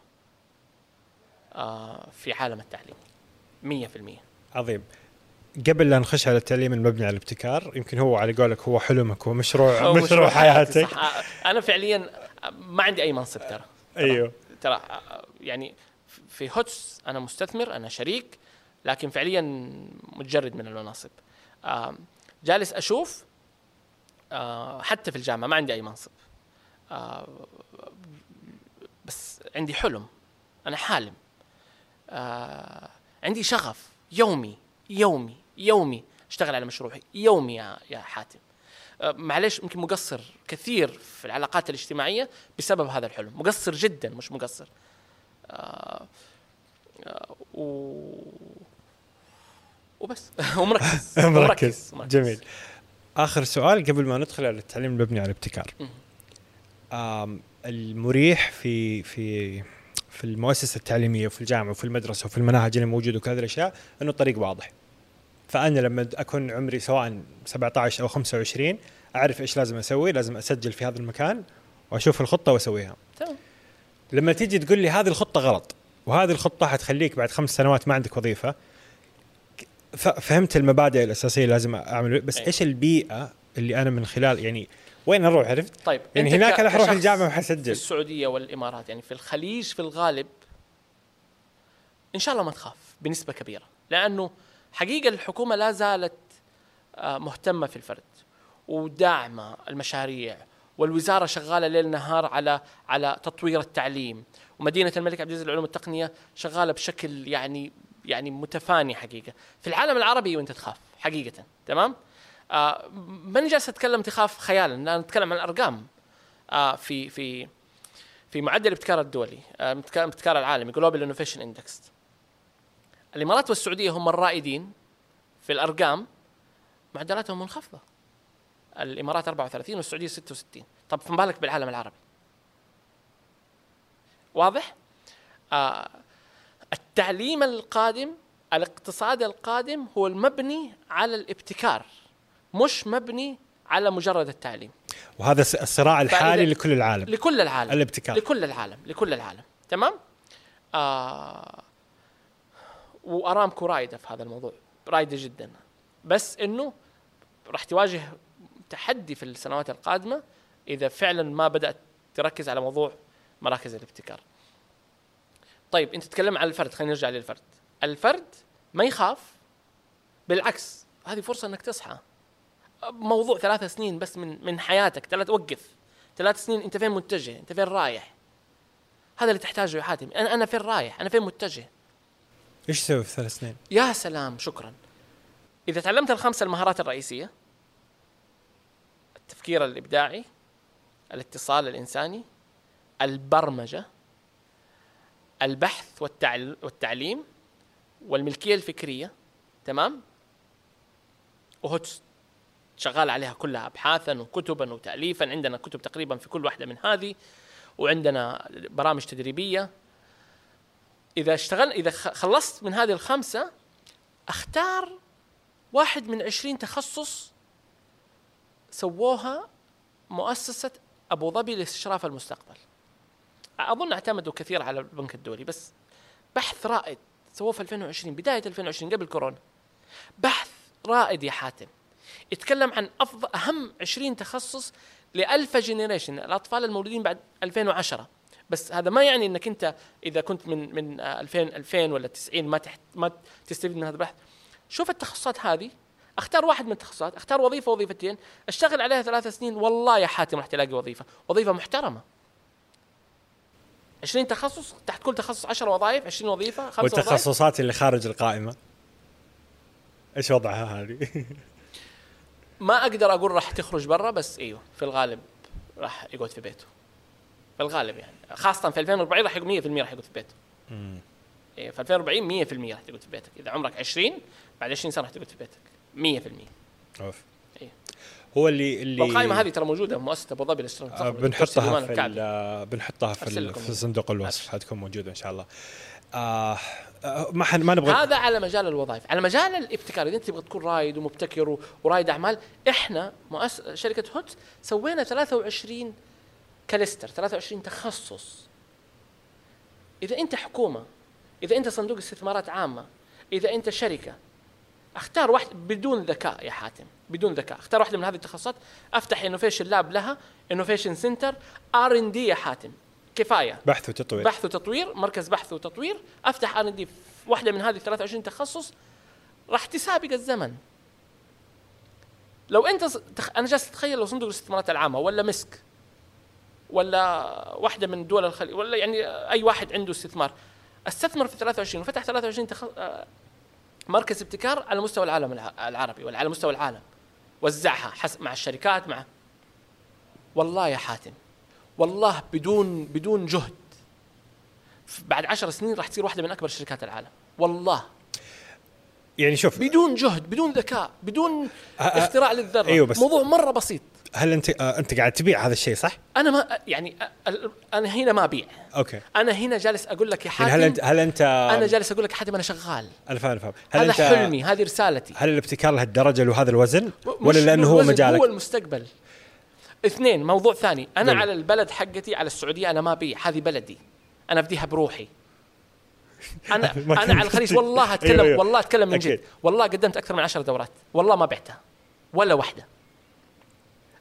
آه في عالم التعليم مية بالمية. عظيم. قبل لا نخش على التعليم المبني على الابتكار، يمكن هو على قولك هو حلمك، هو مشروع هو مشروع حياتك. صح. انا فعليا ما عندي اي منصب ترى. ايوه ترى يعني في هوتس انا مستثمر، انا شريك، لكن فعليا متجرد من المناصب. جالس اشوف حتى في الجامعه ما عندي اي منصب، بس عندي حلم، انا حالم، عندي شغف يومي يومي يومي اشتغل على مشروعي يومي يا يا حاتم. معليش يمكن مقصر كثير في العلاقات الاجتماعيه بسبب هذا الحلم، مقصر جدا مش مقصر. آه آه و... وبس ومركز. مركز. جميل. اخر سؤال قبل ما ندخل على التعليم المبني على الابتكار. المريح في في في المؤسسه التعليميه وفي الجامعه وفي المدرسه وفي المناهج اللي موجوده وكذا الاشياء انه الطريق واضح. فانا لما اكون عمري سواء سبعة عشر او خمسة وعشرين اعرف ايش لازم اسوي، لازم اسجل في هذا المكان واشوف الخطه واسويها. تمام. لما تيجي تقول لي هذه الخطه غلط وهذه الخطه حتخليك بعد خمس سنوات ما عندك وظيفه، فهمت المبادئ الاساسيه لازم اعمل، بس أي. ايش البيئه اللي انا من خلال يعني وين اروح عرفت طيب يعني أنت هناك ك- انا حروح كشخص الجامعه في وحسجل. السعوديه والامارات، يعني في الخليج في الغالب ان شاء الله ما تخاف بنسبه كبيره، لانه حقيقه الحكومه لا زالت آه، مهتمه في الفرد وداعمه المشاريع، والوزاره شغاله ليل نهار على على تطوير التعليم، ومدينه الملك عبد العزيز للعلوم التقنيه شغاله بشكل يعني يعني متفاني حقيقه. في العالم العربي وانت تخاف حقيقه، تمام؟ آه ماني جالس اتكلم تخاف خيالا، انا اتكلم عن الارقام. آه في في في معدل الابتكار الدولي، آه الابتكار العالمي جلوبال انوفيشن اندكس، الامارات والسعوديه هم الرائدين في الارقام، معدلاتهم منخفضه. الامارات أربعة وثلاثين والسعوديه ستة وستين. طب فما بالك بالعالم العربي؟ واضح؟ آه التعليم القادم، الاقتصاد القادم هو المبني على الابتكار، مش مبني على مجرد التعليم. وهذا الصراع الحالي لكل العالم، لكل العالم الابتكار لكل العالم لكل العالم تمام. آه وارامكو رايده في هذا الموضوع، رايده جدا، بس انه راح تواجه تحدي في السنوات القادمه اذا فعلا ما بدات تركز على موضوع مراكز الابتكار. طيب انت تتكلم عن الفرد، خلينا نرجع للفرد. الفرد ما يخاف، بالعكس هذه فرصه انك تصحى. موضوع ثلاث سنين بس من من حياتك، ثلاث وقف ثلاث سنين انت فين متجه، انت فين رايح، هذا اللي تحتاجه يا حاتم. انا انا فين رايح، انا فين متجه. ايش تسوي في ثلاث سنين؟ يا سلام، شكرا. اذا تعلمت الخمسه المهارات الرئيسيه: التفكير الابداعي، الاتصال الانساني، البرمجه، البحث والتعل... والتعليم، والملكيه الفكريه، تمام؟ وهوتس شغال عليها كلها ابحاثا وكتبا وتاليفا، عندنا كتب تقريبا في كل واحده من هذه، وعندنا برامج تدريبيه. اذا اشتغل اذا خلصت من هذه الخمسه، اختار واحد من عشرين تخصص سووها مؤسسه ابو ظبي لاستشراف المستقبل. اظن اعتمدوا كثير على البنك الدولي، بس بحث رائد سووه في ألفين وعشرين، بدايه ألفين وعشرين قبل كورونا. بحث رائد يا حاتم، يتكلم عن افضل اهم عشرين تخصص لألفا جينيريشن، الاطفال المولودين بعد ألفين وعشرة. بس هذا ما يعني انك انت اذا كنت من من ألفين ألفين ولا تسعين ما تحت ما تستفيد من هذا البحث. شوف التخصصات هذه، اختار واحد من التخصصات، اختار وظيفه وظيفتين، اشتغل عليها ثلاث سنين، والله يا حاتم راح تلاقي وظيفه وظيفه محترمه. عشرين تخصص، تحت كل تخصص عشر وظائف، عشرين وظيفه، خمسة وظائف. والتخصصات اللي خارج القائمه ايش وضعها هذه؟ ما اقدر اقول راح تخرج برا، بس ايوه في الغالب راح يقعد في بيته، في الغالب يعني، خاصه في ألفين وأربعين راح يقعد مية بالمية راح يقعد في بيته. امم إيه في ألفين وأربعين مية بالمية راح تقعد في بيتك. اذا عمرك عشرين، بعد عشرين سنه راح تقعد في بيتك مية بالمية. اوف. ايه هو اللي اللي القائمه هذه ترى موجوده في مؤسسه ابو ظبي للاستثمار، بنحطها في بنحطها في, في صندوق الوصف، حتكون موجوده ان شاء الله. آه ما حن ما نبغى هذا على مجال الوظائف. على مجال الابتكار، اذا انت تبغى تكون رائد ومبتكر ورائد اعمال، احنا مؤسسه شركه هوت سوينا ثلاثة وعشرين كلستر، ثلاثة وعشرين تخصص. اذا انت حكومه، اذا انت صندوق استثمارات عامه، اذا انت شركه، اختار واحد بدون ذكاء يا حاتم، بدون ذكاء، اختار واحده من هذه التخصصات، افتح انوفيشن لاب لها، انوفيشن سنتر، ار ان دي يا حاتم، كفايه بحث وتطوير، بحث وتطوير، مركز بحث وتطوير، افتح ار ان دي في واحده من هذه ثلاثة وعشرين تخصص، راح تسابق الزمن. لو انت تخ... انا جالس اتخيل لو صندوق الاستثمارات العامه ولا مسك ولا واحده من دول الخليج ولا يعني اي واحد عنده استثمار استثمر في ثلاثة وعشرين وفتح ثلاثة وعشرين تخ... مركز ابتكار على مستوى العالم العربي ولا على مستوى العالم، وزعها حسب مع الشركات، مع والله يا حاتم، والله بدون بدون جهد بعد عشر سنين راح تصير واحدة من أكبر شركات العالم، والله. يعني شوف، بدون جهد، بدون ذكاء، بدون اختراع للذرة. أيوة، بس موضوع مرة بسيط. هل أنت آه أنت قاعد تبيع هذا الشيء صح؟ أنا ما يعني أنا هنا ما أبيع. أوكي. أنا هنا جالس أقول لك يا حاتم. يعني هل أنت هل أنت أنا جالس أقول لك حاتم أنا شغال. أنا فاهم فاهم. هذا حلمي، هذه رسالتي. هل الابتكار لهالدرجة له هذا الوزن ولا لأنه هو مجالك؟ هو المستقبل. اثنين، موضوع ثاني، أنا على البلد حقتي، على السعودية أنا ما أبيع، هذه بلدي، أنا أفديها بروحي. أنا أنا على الخليج والله أتكلم، أيوة أيوة. والله أتكلم من جد، والله قدمت أكثر من عشر دورات، والله ما بعتها ولا واحدة.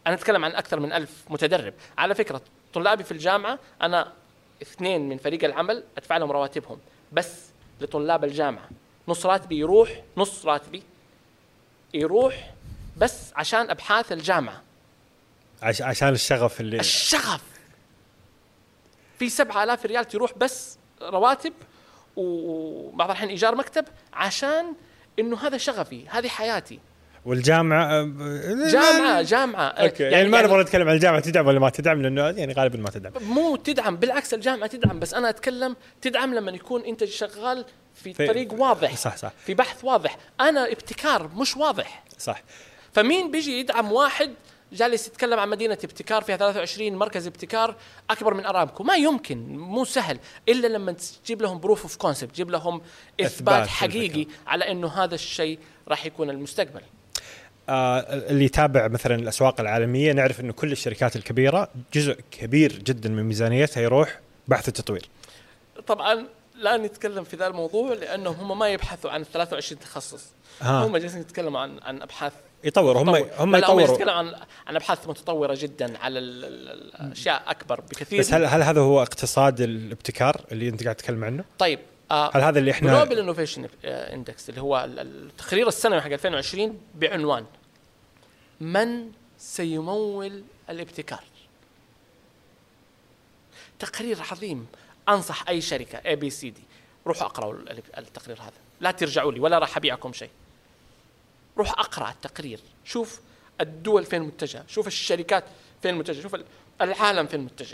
أنا أتكلم عن أكثر من ألف متدرب. على فكرة طلابي في الجامعة أنا اثنين من فريق العمل أدفع لهم رواتبهم بس لطلاب الجامعة. نص راتبي يروح نص راتبي يروح بس عشان أبحاث الجامعة، عش عشان الشغف اللي الشغف. في سبعة آلاف ريال تروح بس رواتب وبعض الحين إيجار مكتب عشان إنه هذا شغفي، هذه حياتي. والجامعة جامعة جامعة أوكي. يعني, يعني ما نبغى نتكلم عن الجامعة تدعم ولا ما تدعم، لأنه يعني غالبا ما تدعم. مو تدعم، بالعكس الجامعة تدعم، بس أنا أتكلم تدعم لما يكون أنت شغال في, في طريق واضح. صح صح. في بحث واضح. أنا ابتكار مش واضح. صح. فمين بيجي يدعم واحد جالس يتكلم عن مدينة ابتكار فيها ثلاثة وعشرين مركز ابتكار أكبر من أرامكو؟ ما يمكن، مو سهل إلا لما تجيب لهم بروف اوف كونسبت، تجيب لهم إثبات حقيقي على إنه هذا الشيء راح يكون المستقبل. آه اللي يتابع مثلا الأسواق العالمية نعرف إنه كل الشركات الكبيرة جزء كبير جدا من ميزانيتها يروح بحث التطوير. طبعا لا نتكلم في ذا الموضوع لأنهم هم ما يبحثوا عن ثلاثة وعشرين تخصص. ها. هم جالسين يتكلموا عن عن أبحاث يطوروا. هم هم يطوروا. يتكلم عن عن ابحاث متطوره جدا على الاشياء اكبر بكثير. بس هل هل هذا هو اقتصاد الابتكار اللي انت قاعد تتكلم عنه؟ طيب آه هل هذا اللي احنا جلوبال انوفيشن اندكس اللي هو التقرير السنوي حق ألفين وعشرين بعنوان من سيمول الابتكار؟ تقرير عظيم. انصح اي شركه اي بي سي دي روحوا اقراوا التقرير هذا، لا ترجعوا لي ولا راح ابيعكم شيء. روح أقرأ التقرير، شوف الدول فين متجهة، شوف الشركات فين متجهة، شوف العالم فين متجه.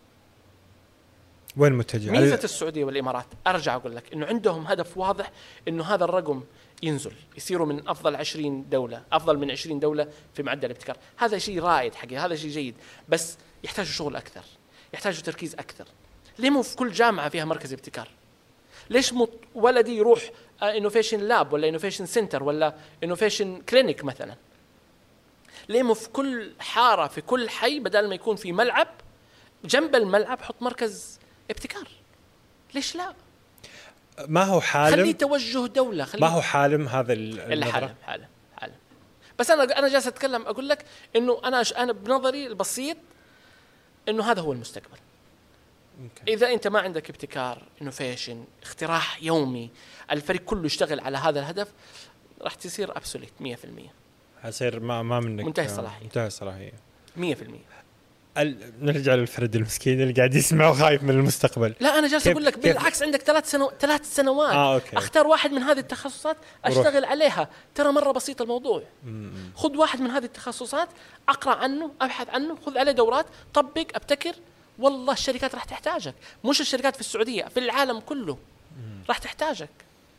وين متجه؟ ميزة السعودية والإمارات أرجع أقول لك إنه عندهم هدف واضح إنه هذا الرقم ينزل، يصيروا من أفضل عشرين دولة، أفضل من عشرين دولة في معدل الابتكار. هذا شيء رائد حقيقي، هذا شيء جيد، بس يحتاجوا شغل أكثر، يحتاجوا تركيز أكثر. ليه مو في كل جامعة فيها مركز ابتكار؟ ليش مو ولدي يروح انوفيشن لاب ولا انوفيشن سنتر ولا انوفيشن كلينيك مثلا؟ ليه مو في كل حاره في كل حي بدل ما يكون في ملعب جنب الملعب حط مركز ابتكار؟ ليش لا؟ ما هو حالم، خلي توجه دوله، خلي ما هو حالم هذا النظرة. حالم حالم حالم. بس انا انا جالس اتكلم اقول لك انه انا انا بنظري البسيط انه هذا هو المستقبل. ممكن. إذا أنت ما عندك ابتكار، إنوفيشن، اختراع يومي، الفريق كله يشتغل على هذا الهدف، راح تصير أبسوليت مية في المية. حصير ما ما منك منتهي الصلاحية. منتهي الصلاحية. مية في المية. ال... نرجع للفرد المسكين اللي قاعد يسمع وخايف من المستقبل. لا أنا جالس أقول لك بالعكس، عندك ثلاث سنو... ثلاث سنوات آه، أوكي. أختار واحد من هذه التخصصات أشتغل وروح. عليها. ترى مرة بسيط الموضوع. م-م. خذ واحد من هذه التخصصات، أقرأ عنه، أبحث عنه، خذ عليه دورات، طبق، أبتكر. والله الشركات راح تحتاجك، مش الشركات في السعودية، في العالم كله راح تحتاجك.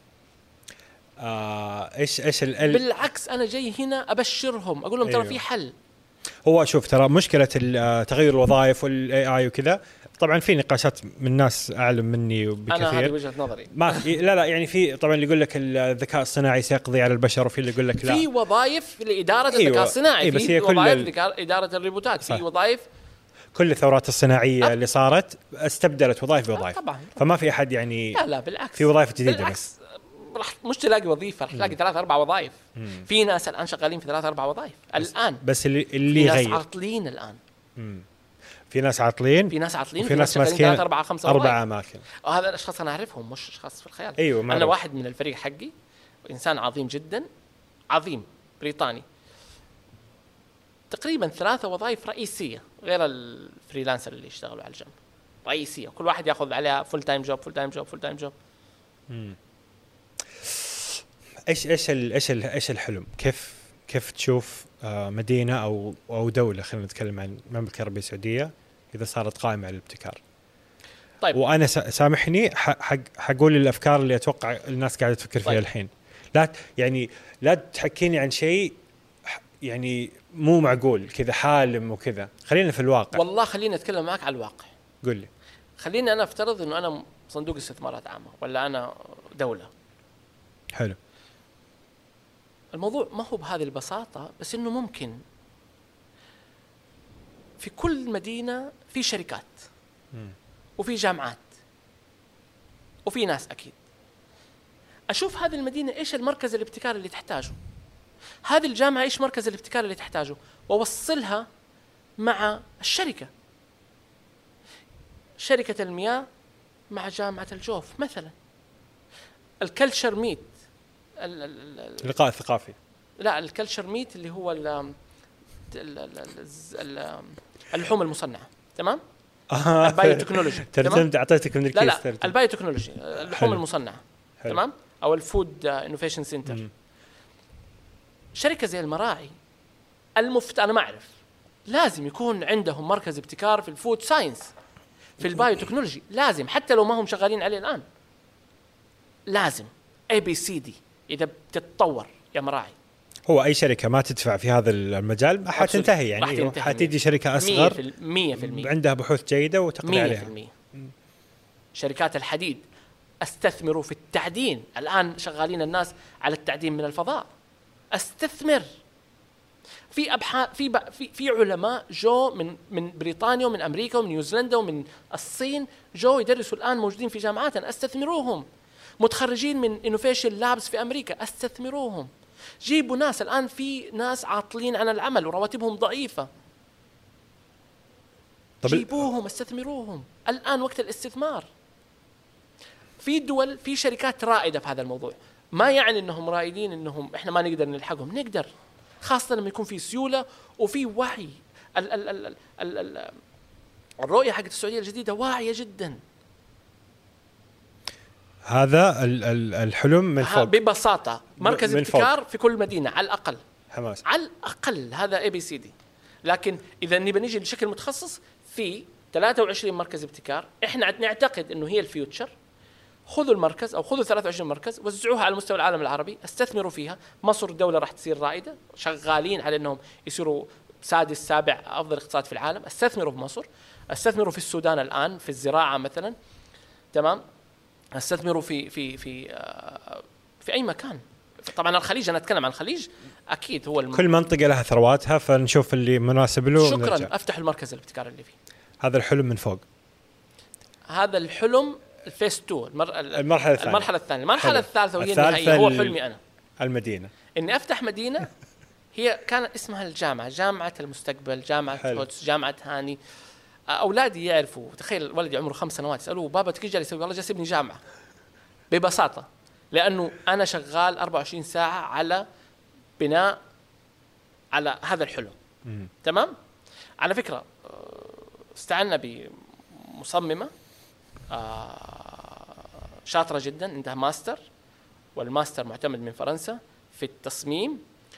آه ايش ايش ال... بالعكس انا جاي هنا ابشرهم، اقول لهم أيوه. ترى في حل. هو شوف ترى مشكلة تغير الوظائف والاي اي وكذا، طبعا في نقاشات من ناس اعلم مني بكثير. انا هذه وجهة نظري. ما لا لا يعني في طبعا اللي يقول لك الذكاء الصناعي سيقضي على البشر، وفي اللي يقول لك لا، في وظائف لادارة أيوة. الذكاء الصناعي، أيوة. في وظائف لادارة الريبوتات، في وظائف. كل الثورات الصناعية أه. اللي صارت استبدلت وظائف بوظائف. أه طبعا. فما في أحد يعني لا لا بالعكس، في وظائف جديدة. بالعكس راح مش تلاقي وظيفة، راح تلاقي ثلاث أربع وظائف. مم. في ناس الآن شغالين في ثلاث أربع وظائف الآن، بس اللي اللي في غير ناس عاطلين الآن. مم. في ناس عاطلين، في ناس عاطلين، في ناس ماسكين ثلاث أربع خمسة أربع أماكن. وهذا الأشخاص أنا أعرفهم، مش أشخاص في الخيال. أيوة أنا واحد من الفريق حقي، إنسان عظيم جدا، عظيم بريطاني، تقريبا ثلاثة وظائف رئيسية غير الفريلانسر اللي يشتغلوا على الجنب، رئيسية، كل واحد يأخذ عليها فول تايم جوب فول تايم جوب فول تايم جوب. ايش ايش ايش ايش الحلم؟ كيف كيف تشوف مدينة او او دولة، خلينا نتكلم عن المملكة العربية السعودية، اذا صارت قائمة على الابتكار؟ طيب وانا سامحني حق حقول الافكار اللي اتوقع الناس قاعدة تفكر فيها. طيب. الحين لا يعني لا تحكيني عن شيء يعني مو معقول كذا حالم وكذا، خلينا في الواقع. والله خليني اتكلم معك على الواقع. قل لي. خليني انا افترض انه انا صندوق استثمارات عامة ولا انا دولة. حلو. الموضوع ما هو بهذه البساطة، بس انه ممكن في كل مدينة في شركات م. وفي جامعات وفي ناس. اكيد اشوف هذه المدينة ايش المركز الابتكاري اللي تحتاجه، هذه الجامعة إيش مركز الابتكار اللي تحتاجه، ووصلها مع الشركة. شركة المياه مع جامعة الجوف مثلا. الكلتشر ميت، اللقاء الثقافي، لا الكلتشر ميت اللي هو اللحوم المصنعة، تمام. البايو تكنولوجي، ترجمت أعطيتك من الكيس. لا لا البايو تكنولوجي اللحوم المصنعة، تمام، أو الفود انوفيشن سنتر. شركة زي المراعي المفت أنا ما أعرف، لازم يكون عندهم مركز ابتكار في الفود ساينس، في البايو تكنولوجي، لازم، حتى لو ما هم شغالين عليه الآن لازم. اي بي سي دي إذا بتتطور يا مراعي. هو أي شركة ما تدفع في هذا المجال ما حتنتهي، يعني حتيجي شركة أصغر مية في المية عندها بحوث جيدة وتقضي عليها. شركات الحديد استثمروا في التعدين، الآن شغالين الناس على التعدين من الفضاء. استثمر في ابحاث، في في في علماء جو من من بريطانيا ومن امريكا ومن نيوزيلندا ومن الصين، جو يدرسوا الان موجودين في جامعاتنا، استثمروهم. متخرجين من انوفيشن لابس في امريكا، استثمروهم. جيبوا ناس، الان في ناس عاطلين عن العمل ورواتبهم ضعيفة، جيبوهم استثمروهم، الان وقت الاستثمار. في دول، في شركات رائدة في هذا الموضوع، ما يعني انهم رائدين انهم احنا ما نقدر نلحقهم، نقدر، خاصة لما يكون في سيولة وفي وعي. ال ال ال ال ال الرؤية حقت السعودية الجديدة واعية جدا. هذا ال ال الحلم من فوق ببساطة، مركز ابتكار في كل مدينة على الأقل، حماس على الأقل، هذا اي بي سي دي. لكن إذا نبي نجي بشكل متخصص في ثلاثة وعشرين مركز ابتكار، احنا نعتقد انه هي الفيوتشر. خذوا المركز او خذوا ثلاثة وعشرين مركز، وزعوها على مستوى العالم العربي، استثمروا فيها. مصر دولة راح تصير رائدة، شغالين على انهم يصيروا سادس سابع افضل اقتصاد في العالم. استثمروا في مصر، استثمروا في السودان الان في الزراعة مثلا، تمام. استثمروا في في في في اي مكان. طبعا الخليج، انا اتكلم عن الخليج، اكيد هو الم... كل منطقة لها ثرواتها، فنشوف اللي مناسب له. شكرا ونرجع. افتح المركز الابتكار اللي فيه. هذا الحلم من فوق. هذا الحلم الفيس تو، المر... المرحلة الثانية. المرحلة الثانية، المرحلة الثالثة وهي النهائية، هو حلمي أنا. المدينة. إني أفتح مدينة هي كان اسمها الجامعة، جامعة المستقبل، جامعة هوتس، جامعة هاني. أولادي يعرفوا، تخيل ولدي عمره خمس سنوات يسألوه بابا تكيج جالس يسوي؟ والله جالس يبني جامعة. ببساطة، لأنه أنا شغال أربعة وعشرين ساعة على بناء على هذا الحلم. م- تمام. على فكرة استعنا بمصممة شاطرة جدا، عندها ماستر، والماستر معتمد من فرنسا في التصميم.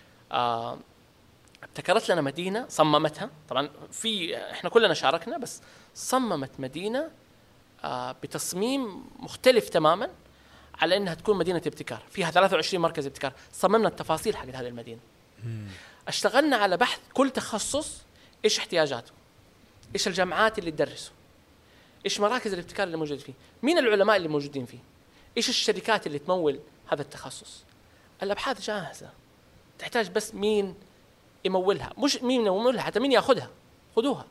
ابتكرت لنا مدينة، صممتها طبعا، في احنا كلنا شاركنا، بس صممت مدينة بتصميم مختلف تماما على انها تكون مدينة ابتكار، فيها ثلاثة وعشرين مركز ابتكار. صممنا التفاصيل حق هذه المدينة. اشتغلنا على بحث كل تخصص ايش احتياجاته، ايش الجامعات اللي تدرسه، ايش مراكز الابتكار اللي موجود فيه، مين العلماء اللي موجودين فيه، ايش الشركات اللي تمول هذا التخصص. الابحاث جاهزة، تحتاج بس مين يمولها، مش مين يمولها، حتى مين ياخذها. خذوها.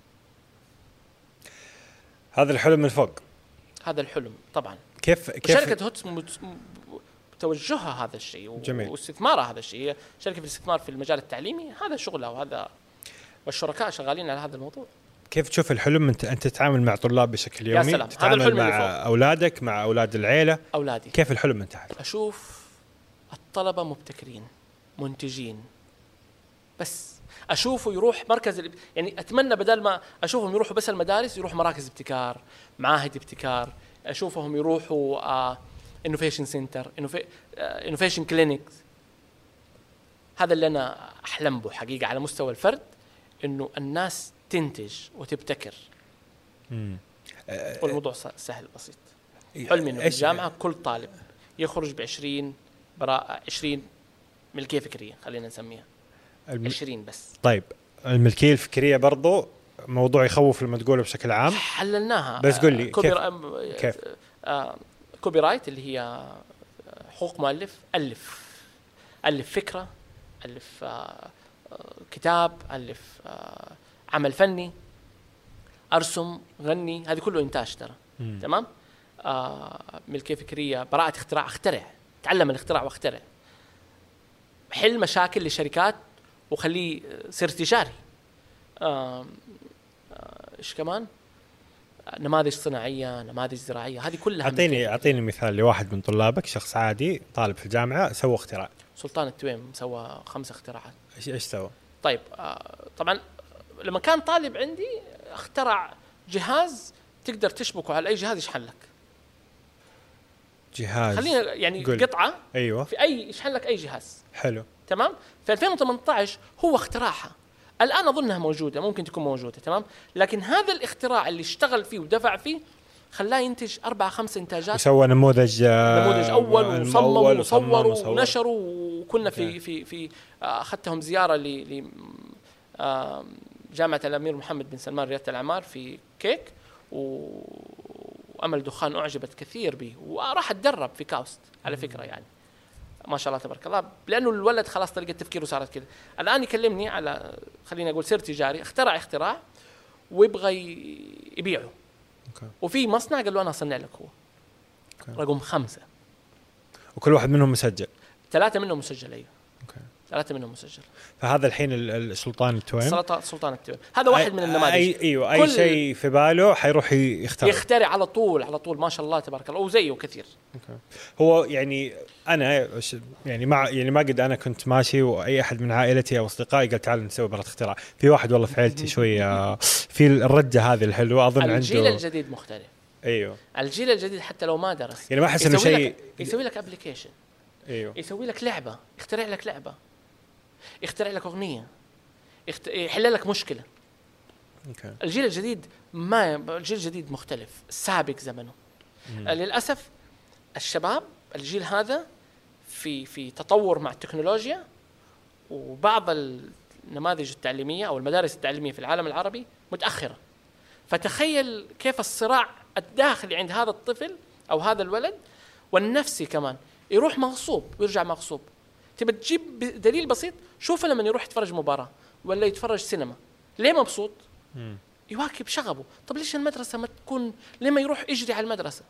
هذا الحلم من فوق. هذا الحلم طبعا. كيف كيف شركة هوتس توجهها هذا الشيء واستثمارها هذا الشيء، شركة في الاستثمار في المجال التعليمي، هذا شغلها، وهذا والشركاء شغالين على هذا الموضوع. كيف تشوف الحلم انت انت تتعامل مع طلاب بشكل يومي، تتعامل مع اولادك، مع اولاد العيله؟ اولادي. كيف الحلم انت حاجة؟ اشوف الطلبه مبتكرين منتجين، بس اشوفه يروح مركز، يعني اتمنى بدل ما اشوفهم يروحوا بس المدارس، يروحوا مراكز ابتكار، معاهد ابتكار، اشوفهم يروحوا انوفيشن سنتر، انوفيشن كلينيكس. هذا اللي انا احلم به حقيقه على مستوى الفرد، انه الناس تنتج وتبتكر. امم والموضوع سهل بسيط. حلمي انه الجامعه كل طالب يخرج بعشرين براءة، عشرين ملكيه فكريه، خلينا نسميها الم... عشرين بس. طيب الملكيه الفكريه برضو موضوع يخوف لما تقوله بشكل عام. حللناها، بس قل لي كوبي كيف, را... كيف؟ آه... كوبي رايت اللي هي حقوق مؤلف. الف الف فكره، الف آه... كتاب، الف آه... عمل فني، ارسم، غني، هذه كله انتاج ترى. تمام. آه... ملكيه فكريه، براءه اختراع، اخترع، تعلم الاختراع واخترع. حل مشاكل للشركات وخليه سر تجاري. آه ايش كمان؟ نماذج صناعيه، نماذج زراعيه، هذه كلها. اعطيني اعطيني مثال لواحد من طلابك، شخص عادي طالب في الجامعه سوى اختراع. سلطان التويم سوى خمس اختراعات. ايش ايش سوى؟ طيب آه طبعا لما كان طالب عندي اخترع جهاز تقدر تشبكه على اي جهاز يشحن لك. جهاز خلينا يعني قل. قطعه ايوه في اي يشحن لك اي جهاز. حلو تمام. في ألفين وثمانية عشر هو اختراعها، الان اظنها موجوده، ممكن تكون موجوده. تمام. لكن هذا الاختراع اللي اشتغل فيه ودفع فيه خلاه ينتج أربعة خمس إنتاجات، وسوى نموذج نموذج أول وصمموا وصوروا وصور. ونشروا. وكنا في أوكي. في في أخذتهم زيارة ل جامعة الأمير محمد بن سلمان ريادة الأعمار في كيك، وأمل دخان أعجبت كثير به وراح أتدرب في كاوست على فكرة. يعني ما شاء الله تبارك الله، لأنه الولد خلاص طريقة تفكيره صارت كذا. الآن يكلمني على خليني أقول سر تجاري، اخترع اختراع ويبغى يبيعه. أوكي. وفي مصنع قال له أنا أصنع لك هو. أوكي. رقم خمسة، وكل واحد منهم مسجل. ثلاثة منهم مسجل. أيوه أوكي. ثلاثة منهم مسجل. فهذا الحين السلطان التويم، سلطان سلطان التويم هذا واحد من النماذج. أي ايوه اي شيء في باله حيروح يخترع يخترع على طول على طول ما شاء الله تبارك الله، وزيه كثير. أوكي. هو يعني انا يعني مع يعني ما قد انا كنت ماشي واي احد من عائلتي او اصدقائي قال تعال نسوي براءة اختراع. في واحد والله في عائلتي شويه في الرجه هذه الحلوه اظن عنده. الجيل الجديد مختلف. ايوه الجيل الجديد حتى لو ما درس يعني ما احس انه شيء يسوي لك ابلكيشن. ايوه يسوي لك لعبه، يخترع لك لعبه، يخترع لك اغنيه، يخت... يحل لك مشكله. أوكي. الجيل الجديد ما الجيل الجديد مختلف، سابق زمنه. مم. للاسف الشباب الجيل هذا في في تطور مع التكنولوجيا، وبعض النماذج التعليميه او المدارس التعليميه في العالم العربي متاخره. فتخيل كيف الصراع الداخلي عند هذا الطفل او هذا الولد، والنفسي كمان، يروح مغصوب ويرجع مغصوب. تبى تجيب دليل بسيط، شوفه لما يروح يتفرج مباراة ولا يتفرج سينما، ليه مبسوط؟ مم. يواكب شغبه. طب ليش المدرسة ما تكون، لما يروح يجري على المدرسة؟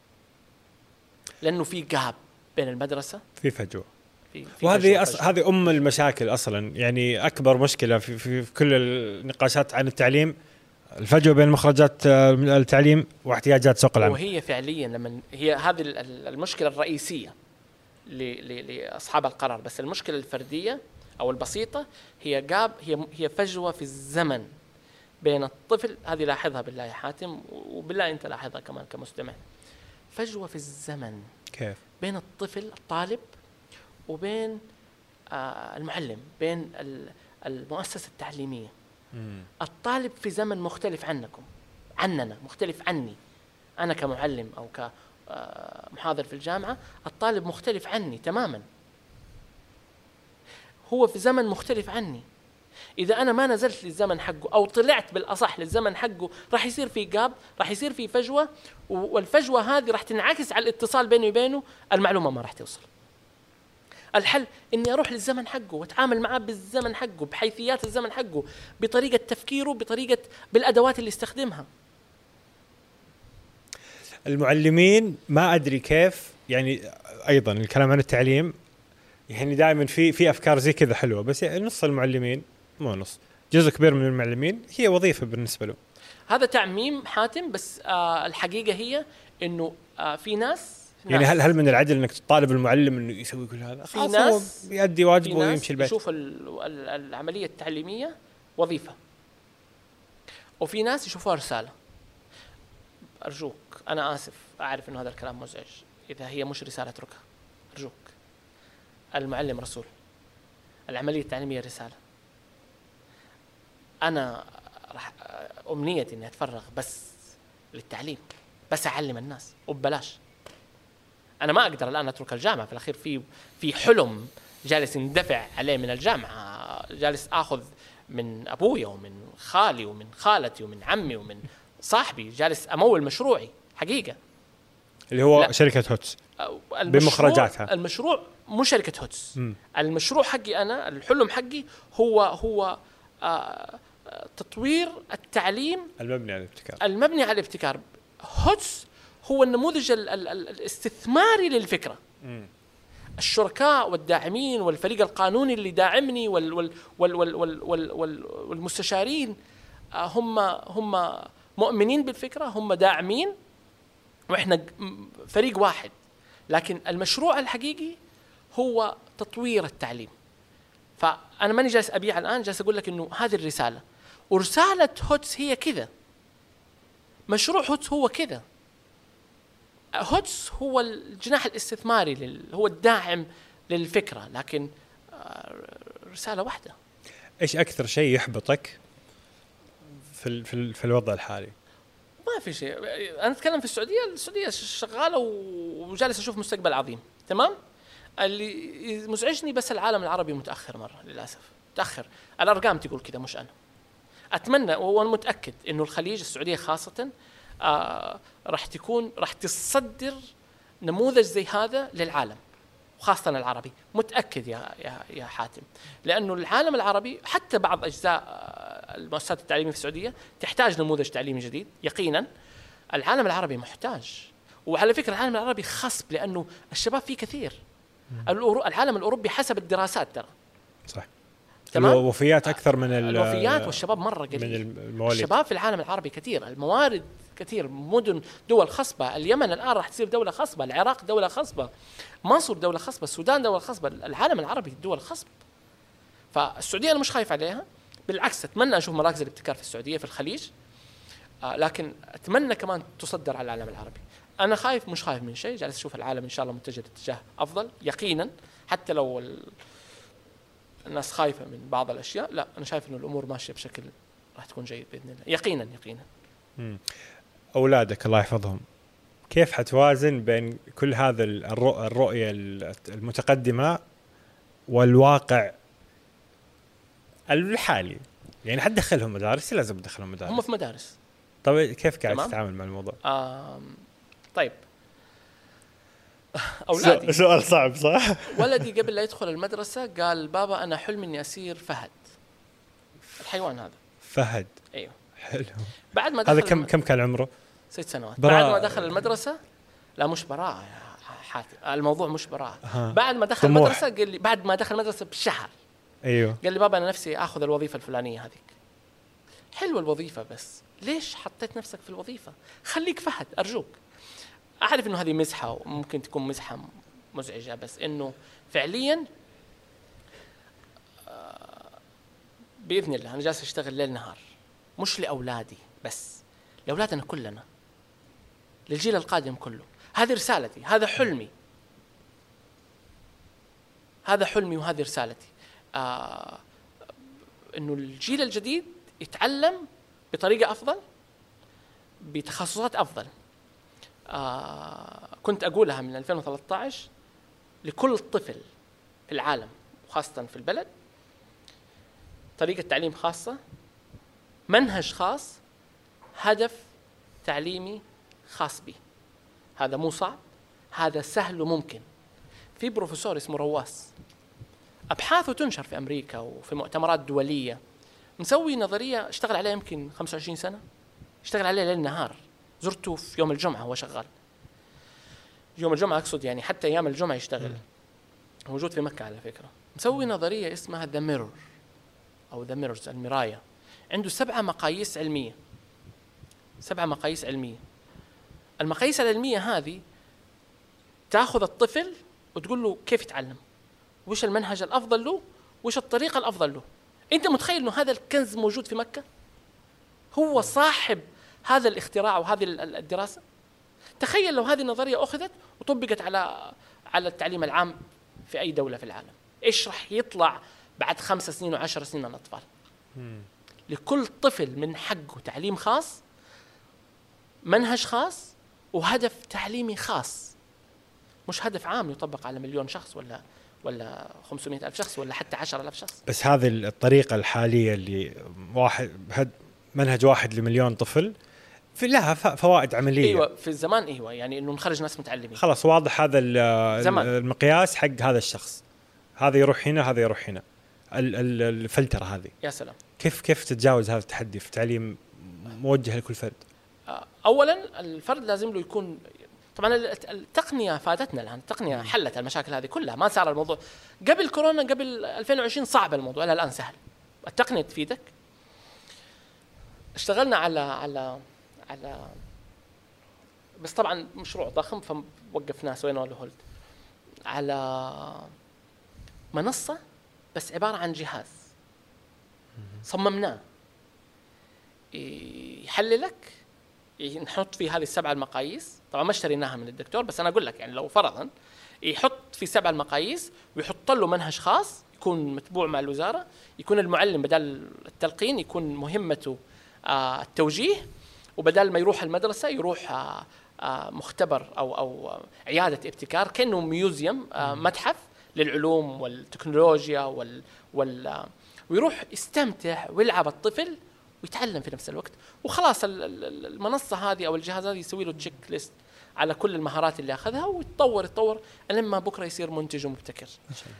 لأنه في جاب بين المدرسة، في فجوة. في في وهذه أص... هذه أم المشاكل أصلا. يعني أكبر مشكلة في, في, في كل النقاشات عن التعليم الفجوة بين مخرجات التعليم واحتياجات سوق العمل. وهي فعليا لما هي هذه المشكلة الرئيسية لأصحاب القرار. بس المشكلة الفردية أو البسيطة هي جاب، هي هي فجوة في الزمن بين الطفل. هذه لاحظها بالله يا حاتم، وبالله أنت لاحظها كمان كمستمع. فجوة في الزمن كيف؟ بين الطفل الطالب وبين آه المعلم، بين المؤسسة التعليمية. مم. الطالب في زمن مختلف عنكم، عننا، مختلف عني أنا كمعلم أو كمحاضر في الجامعة. الطالب مختلف عني تماما، هو في زمن مختلف عني. إذا أنا ما نزلت للزمن حقه أو طلعت بالأصح للزمن حقه، راح يصير في جاب، راح يصير في فجوة، والفجوة هذه راح تنعكس على الاتصال بيني وبينه، المعلومة ما راح توصل. الحل إني أروح للزمن حقه وأتعامل معه بالزمن حقه، بحيثيات الزمن حقه، بطريقة تفكيره، بطريقة بالأدوات اللي يستخدمها. المعلمين ما أدري كيف، يعني أيضا الكلام عن التعليم يعني دائما في في أفكار زي كذا حلوة، بس يعني نص المعلمين، مو نص، جزء كبير من المعلمين هي وظيفة بالنسبة له. هذا تعميم حاتم، بس آه الحقيقة هي إنه آه في ناس يعني هل هل من العدل انك تطالب المعلم انه يسوي كل هذا؟ في ناس يؤدي واجبه ويمشي البيت. يشوف العمليه التعليميه وظيفه، وفي ناس يشوفوها رساله. ارجوك، انا اسف، اعرف انه هذا الكلام مزعج، اذا هي مش رساله اتركها ارجوك. المعلم رسول، العمليه التعليميه رساله. انا راح امنيتي اني اتفرغ بس للتعليم، بس اعلم الناس وببلاش. أنا ما أقدر الآن أترك الجامعة، في الأخير في في حلم جالس يندفع عليه من الجامعة، جالس أخذ من أبوي ومن خالي ومن خالتي ومن عمي ومن صاحبي، جالس أمول مشروعي حقيقة اللي هو لا. شركة هوتس بمخرجاتها. المشروع مو شركة هوتس، م. المشروع حقي أنا، الحلم حقي هو هو آه تطوير التعليم المبني على الابتكار. المبني على الابتكار. هوتس هو النموذج ال ال ال الاستثماري للفكرة. م. الشركاء والداعمين والفريق القانوني اللي داعمني وال وال وال وال وال وال وال والمستشارين هم هم مؤمنين بالفكرة، هم داعمين، وإحنا فريق واحد. لكن المشروع الحقيقي هو تطوير التعليم. فأنا ماني جالس أبيع الآن، جالس أقول لك إنه هذه الرسالة، ورسالة هوتس هي كذا، مشروع هوتس هو كذا. هوتس هو الجناح الاستثماري لل... هو الداعم للفكرة، لكن رسالة واحدة. إيش أكثر شيء يحبطك في ال... في, ال... في الوضع الحالي؟ ما في شيء. أنا أتكلم في السعودية، السعودية شغالة وجالس أشوف مستقبل عظيم، تمام. اللي مزعجني بس العالم العربي متأخر مرة للأسف، متأخر. الأرقام تقول كذا مش أنا. أتمنى وأنا متأكد إنه الخليج، السعودية خاصة، آه راح تكون راح تصدر نموذج زي هذا للعالم، وخاصة العربي. متأكد يا يا يا حاتم، لأنه العالم العربي حتى بعض أجزاء المؤسسات التعليمية في السعودية تحتاج نموذج تعليمي جديد. يقينا العالم العربي محتاج. وعلى فكرة العالم العربي خصب، لأنه الشباب فيه كثير. العالم الأوروبي حسب الدراسات ترى صح، تمام، الوفيات أكثر من الوفيات، والشباب مرة قليل. من المواليد. الشباب في العالم العربي كثير، الموارد كثير، مدن دول خصبة. اليمن الآن راح تصير دولة خصبة، العراق دولة خصبة، مصر دولة خصبة، السودان دولة خصبة. العالم العربي دول خصب. فالسعودية أنا مش خايف عليها، بالعكس أتمنى أشوف مراكز الابتكار في السعودية في الخليج، آه لكن أتمنى كمان تصدر على العالم العربي. أنا خايف مش خايف من شيء، جالس أشوف العالم إن شاء الله متجه اتجاه أفضل يقينا، حتى لو الناس خايفة من بعض الأشياء. لا، أنا شايف إنه الأمور ماشية بشكل راح تكون جيد بإذن الله، يقينا يقينا. مم. أولادك الله يحفظهم، كيف حتوازن بين كل هذا الرؤية المتقدمة والواقع الحالي؟ يعني حتدخلهم مدارس، لازم تدخلهم مدارس. هم في مدارس. طيب كيف قاعد تتعامل مع الموضوع؟ طيب أولادي، سؤال صعب صح؟ ولدي قبل لا يدخل المدرسة قال بابا أنا حلمي إني أصير فهد، الحيوان هذا. فهد؟ أيوه. حلو. بعد ما دخل هذا كم كم كان عمره؟ ست سنوات. براء. بعد ما دخل المدرسة، لا مش براءة يا حاتم، الموضوع مش براءة. ها. بعد ما دخل طموح. المدرسة قال لي، بعد ما دخل المدرسة بشهر، أيوه، قال لي بابا أنا نفسي أخذ الوظيفة الفلانية هذيك. حلوة الوظيفة، بس ليش حطيت نفسك في الوظيفة؟ خليك فهد أرجوك. أعرف إنه هذه مزحة وممكن تكون مزحة مزعجة، بس إنه فعلياً بإذن الله أنا جالس أشتغل ليل نهار، مش لأولادي بس، لأولادنا كلنا، للجيل القادم كله. هذه رسالتي، هذا حلمي، هذا حلمي وهذه رسالتي. آه إنه الجيل الجديد يتعلم بطريقة أفضل، بتخصصات أفضل. آه كنت أقولها من ألفين وثلاثة عشر لكل طفل في العالم وخاصة في البلد، طريقة تعليم خاصة، منهج خاص، هدف تعليمي خاص به. هذا مو صعب، هذا سهل وممكن. في بروفيسور اسمه رواس، أبحاثه تنشر في أمريكا وفي مؤتمرات دولية، مسوي نظرية اشتغل عليها يمكن خمسة وعشرين سنة، اشتغل عليها ليل نهار. زرته في يوم الجمعة وهو شغال، يوم الجمعة أقصد، يعني حتى أيام الجمعة يشتغل. موجود في مكة على فكرة. مسوي نظرية اسمها The Mirror أو The Mirrors، المراية. عنده سبعة مقاييس علمية، سبعة مقاييس علمية. المقاييس العلمية هذه تأخذ الطفل وتقول له كيف يتعلم، وش المنهج الأفضل له، وش الطريقة الأفضل له. أنت متخيل إنه هذا الكنز موجود في مكة؟ هو صاحب هذا الاختراع وهذه الدراسة. تخيل لو هذه النظرية أخذت وطبقت على على التعليم العام في أي دولة في العالم، إيش رح يطلع بعد خمس سنين وعشر سنين من الأطفال؟ مم. لكل طفل من حقه تعليم خاص، منهج خاص، وهدف تعليمي خاص، مش هدف عام يطبق على مليون شخص ولا ولا خمسمائة ألف شخص ولا حتى عشرة آلاف شخص. بس هذه الطريقة الحالية اللي واحد منهج واحد لمليون طفل في لها فوائد عملية. أيوة في الزمان، أيوة يعني إنه نخرج ناس متعلمين. خلاص واضح هذا المقياس حق هذا الشخص، هذا يروح هنا هذا يروح هنا، الفلترة هذه. يا سلام. كيف كيف تتجاوز هذا التحدي في تعليم موجه لكل فرد؟ أولا الفرد لازم له يكون، طبعا التقنيه فادتنا الان، التقنيه حلت المشاكل هذه كلها، ما صار الموضوع قبل كورونا قبل ألفين وعشرين صعب الموضوع، لا الان سهل، التقنيه تفيدك. اشتغلنا على على على بس طبعا مشروع ضخم فوقفناه سوينا له هولد، على منصه بس عباره عن جهاز صممناه يحللك، نحط فيه هذه السبع المقاييس. طبعا ما اشتريناها من الدكتور، بس انا اقول لك يعني لو فرضا يحط في سبع المقاييس ويحط له منهج خاص يكون متبوع مع الوزاره، يكون المعلم بدل التلقين يكون مهمته آه التوجيه، وبدل ما يروح المدرسه يروح آه آه مختبر او او عياده ابتكار، كانه ميوزيوم آه متحف للعلوم والتكنولوجيا وال, وال آه ويروح يستمتع ويلعب الطفل ويتعلم في نفس الوقت. وخلاص المنصة هذه أو الجهاز هذا يسوي له تشيك ليست على كل المهارات اللي أخذها، ويتطور يتطور لما بكرة يصير منتج ومبتكر.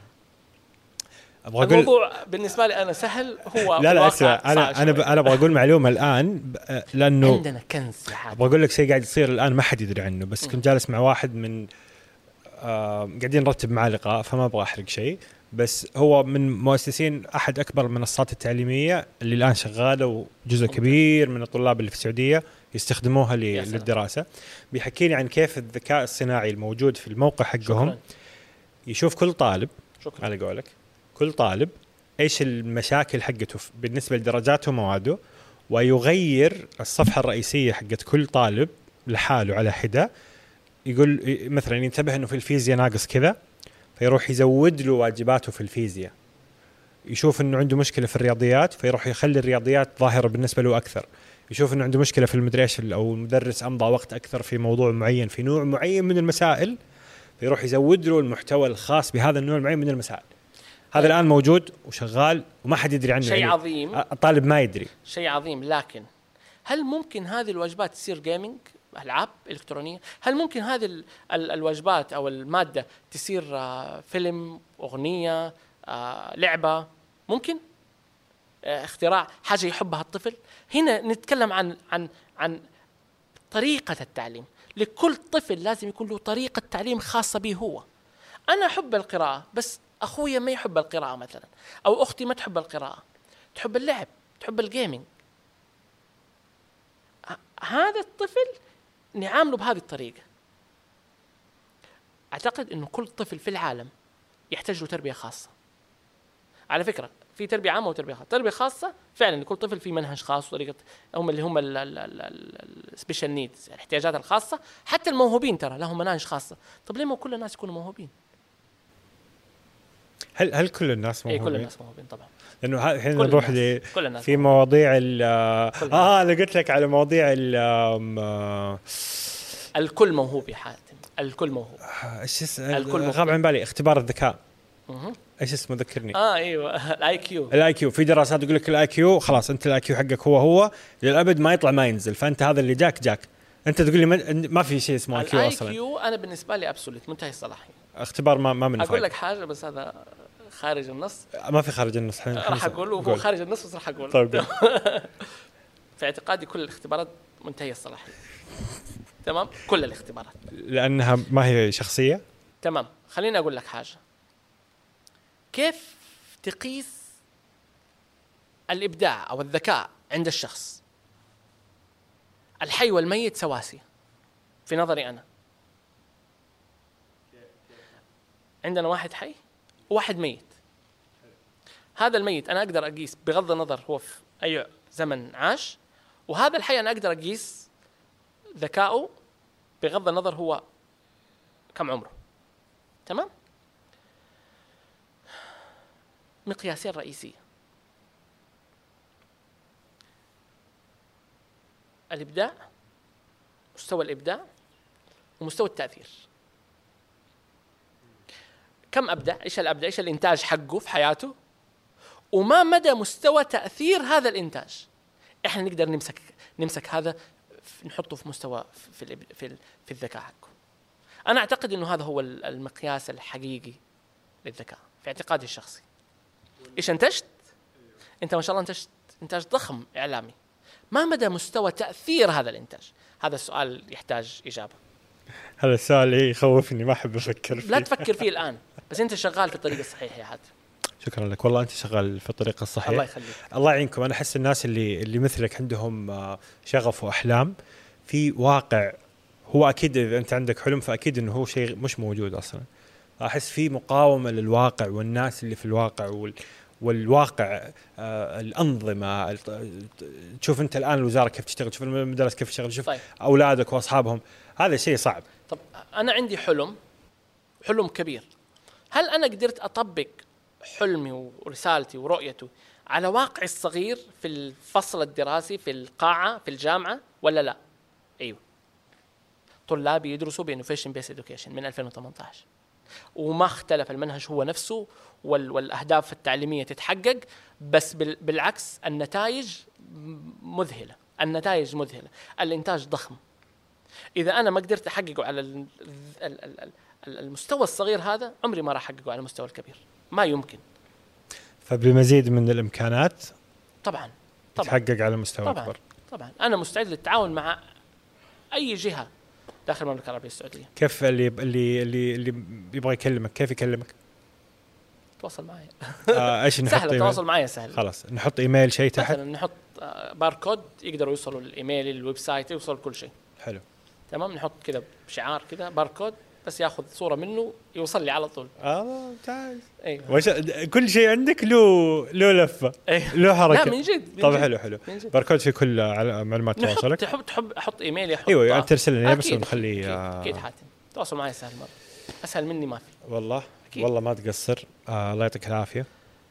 أبغى الموضوع أقول بالنسبة لي أنا سهل، هو لا لا أسمع، أنا أنا أنا أبغى أقول معلومة الآن لأنه عندنا كنز. أبغى أقول لك شيء قاعد يصير الآن ما حد يدري عنه، بس م. كنت جالس مع واحد من آه قاعدين نرتب معاه لقاء، فما أبغى أحرق شيء، بس هو من مؤسسين أحد أكبر المنصات التعليمية اللي الآن شغالة، وجزء كبير من الطلاب اللي في السعودية يستخدموها للدراسة. بيحكيني عن كيف الذكاء الصناعي الموجود في الموقع حقهم شكرا. يشوف كل طالب شكرا. على قولك كل طالب إيش المشاكل حقته بالنسبة لدرجاته ومواده، ويغير الصفحة الرئيسية حقت كل طالب لحاله على حدة. يقول مثلا ينتبه إنه في الفيزياء ناقص كذا، فيروح يزود له واجباته في الفيزياء. يشوف انه عنده مشكله في الرياضيات، فيروح يخلي الرياضيات ظاهره بالنسبه له اكثر. يشوف انه عنده مشكله في المدري ايش او المدرس امضى وقت اكثر في موضوع معين في نوع معين من المسائل، فيروح يزود له المحتوى الخاص بهذا النوع المعين من المسائل. هذا الان موجود وشغال وما حد يدري عنه، شيء يعني عظيم. الطالب ما يدري، شيء عظيم. لكن هل ممكن هذه الواجبات تصير جيمينج، ألعاب إلكترونية؟ هل ممكن هذه ال ال الواجبات أو المادة تصير آه فيلم، أغنية، آه لعبة؟ ممكن آه اختراع، حاجة يحبها الطفل. هنا نتكلم عن عن عن طريقة التعليم. لكل طفل لازم يكون له طريقة تعليم خاصة به هو. أنا أحب القراءة بس أخويا ما يحب القراءة مثلا، أو أختي ما تحب القراءة، تحب اللعب، تحب الجيمينج. هذا الطفل نعامله بهذه الطريقة. أعتقد أنه كل طفل في العالم يحتاج له تربية خاصة. على فكرة في تربية عامة وتربية خاصة. تربية خاصة فعلا لكل طفل في منهج خاص وطريقة، هم اللي هم السبيشال نيدز، الاحتياجات الخاصة. حتى الموهوبين ترى لهم مناهج خاصة. طب ليه ما كل الناس يكونوا موهوبين؟ هل هل كل الناس موهوبين؟ اي كل الناس موهوبين طبعا. لانه الحين نروح ل في مواضيع ال اه انا قلت لك على مواضيع ال الكل موهوب يا حاتم، الكل موهوب. ايش اسمه؟ غاب عن بالي. اختبار الذكاء. اها ايش اسمه؟ ذكرني. اه ايوه الاي كيو. الاي كيو في دراسات يقول لك الاي كيو خلاص، انت الاي كيو حقك هو هو للابد، ما يطلع ما ينزل. فانت هذا اللي جاك جاك. انت تقول لي ما, ما في شيء اسمه اي كيو اصلا. الاي كيو انا بالنسبه لي ابسوليت منتهي الصلاحيه. اختبار ما ما من اقول لك حاجه بس هذا خارج النص. ما في خارج النص. راح اقول وهو خارج النص بس راح اقول. طيب. في اعتقادي كل الاختبارات منتهيه الصلاحيه. تمام، كل الاختبارات لانها ما هي شخصيه. تمام. خليني اقول لك حاجه. كيف تقيس الابداع او الذكاء عند الشخص؟ الحي والميت سواسية في نظري انا. عندنا واحد حي وواحد ميت. هذا الميت انا اقدر اقيس بغض النظر هو في اي زمن عاش، وهذا الحي انا اقدر اقيس ذكاؤه بغض النظر هو كم عمره. تمام. مقياسين رئيسية: الإبداع، مستوى الإبداع، ومستوى التأثير. كم أبدع، إيش الأبدع، إيش الإنتاج حقه في حياته، وما مدى مستوى تأثير هذا الإنتاج. إحنا نقدر نمسك نمسك هذا نحطه في مستوى في في في الذكاء حقه. أنا أعتقد إنه هذا هو المقياس الحقيقي للذكاء في اعتقادي الشخصي. إيش أنتجت؟ أنت ما شاء الله أنتجت إنتاج ضخم إعلامي. ما مدى مستوى تأثير هذا الإنتاج؟ هذا السؤال يحتاج إجابة. هذا السؤال يخوفني، ما أحب أفكر فيه. لا تفكر فيه الآن، بس أنت شغال في الطريق الصحيح يا حاتم. شكرا لك والله، أنت شغال في الطريق الصحيح. الله يخليك. الله يعينكم. أنا أحس الناس اللي اللي مثلك عندهم شغف وأحلام في واقع، هو أكيد إذا أنت عندك حلم فأكيد إنه هو شيء مش موجود أصلا. أحس في مقاومة للواقع والناس اللي في الواقع وال والواقع آه الأنظمة. تشوف أنت الآن الوزارة كيف تشتغل، تشوف المدارس كيف تشتغل، تشوف طيب. أولادك وأصحابهم، هذا شيء صعب. طب أنا عندي حلم، حلم كبير، هل أنا قدرت أطبق حلمي ورسالتي ورؤيته على واقعي الصغير في الفصل الدراسي في القاعة في الجامعة ولا لا؟ أيوه، طلابي يدرسوا بإنوفيشن بيس إدوكيشن من ألفين وثمانية عشر وما اختلف المنهج هو نفسه والأهداف التعليمية تتحقق، بس بالعكس النتائج مذهلة، النتائج مذهلة، الإنتاج ضخم. إذا أنا ما قدرت أحققه على المستوى الصغير هذا، عمري ما راح أحققه على المستوى الكبير، ما يمكن. فبمزيد من الإمكانات طبعا طبعا تحقق على مستوى طبعا أكبر. طبعا أنا مستعد للتعاون مع أي جهة داخل المملكة العربية السعودية. كيف اللي اللي اللي اللي يبغى يكلمك كيف يكلمك؟ تواصل معي. آه ايش نحط؟ سهل التواصل معي سهل. خلاص نحط ايميل شيء تحت، مثلا نحط باركود يقدروا يوصلوا للايميل الويب سايت، يوصل كل شيء. حلو تمام. نحط كذا شعار كذا باركود، بس ياخذ صورة منه يوصل لي على طول. اه ممتاز. ايوه وش كل شيء عندك له له لفة. أيوه. له حركة. لا من جد. طب حلو حلو. باركود في كل معلومات تواصلك. تحب تحب احط ايميلي احط. ايوه يعني ترسل لنا بس ونخليه. اكيد حاتم تواصل معي سهل مرة، اسهل مني ما في والله. أكيد. والله ما تقصر. آه الله يعطيك العافية.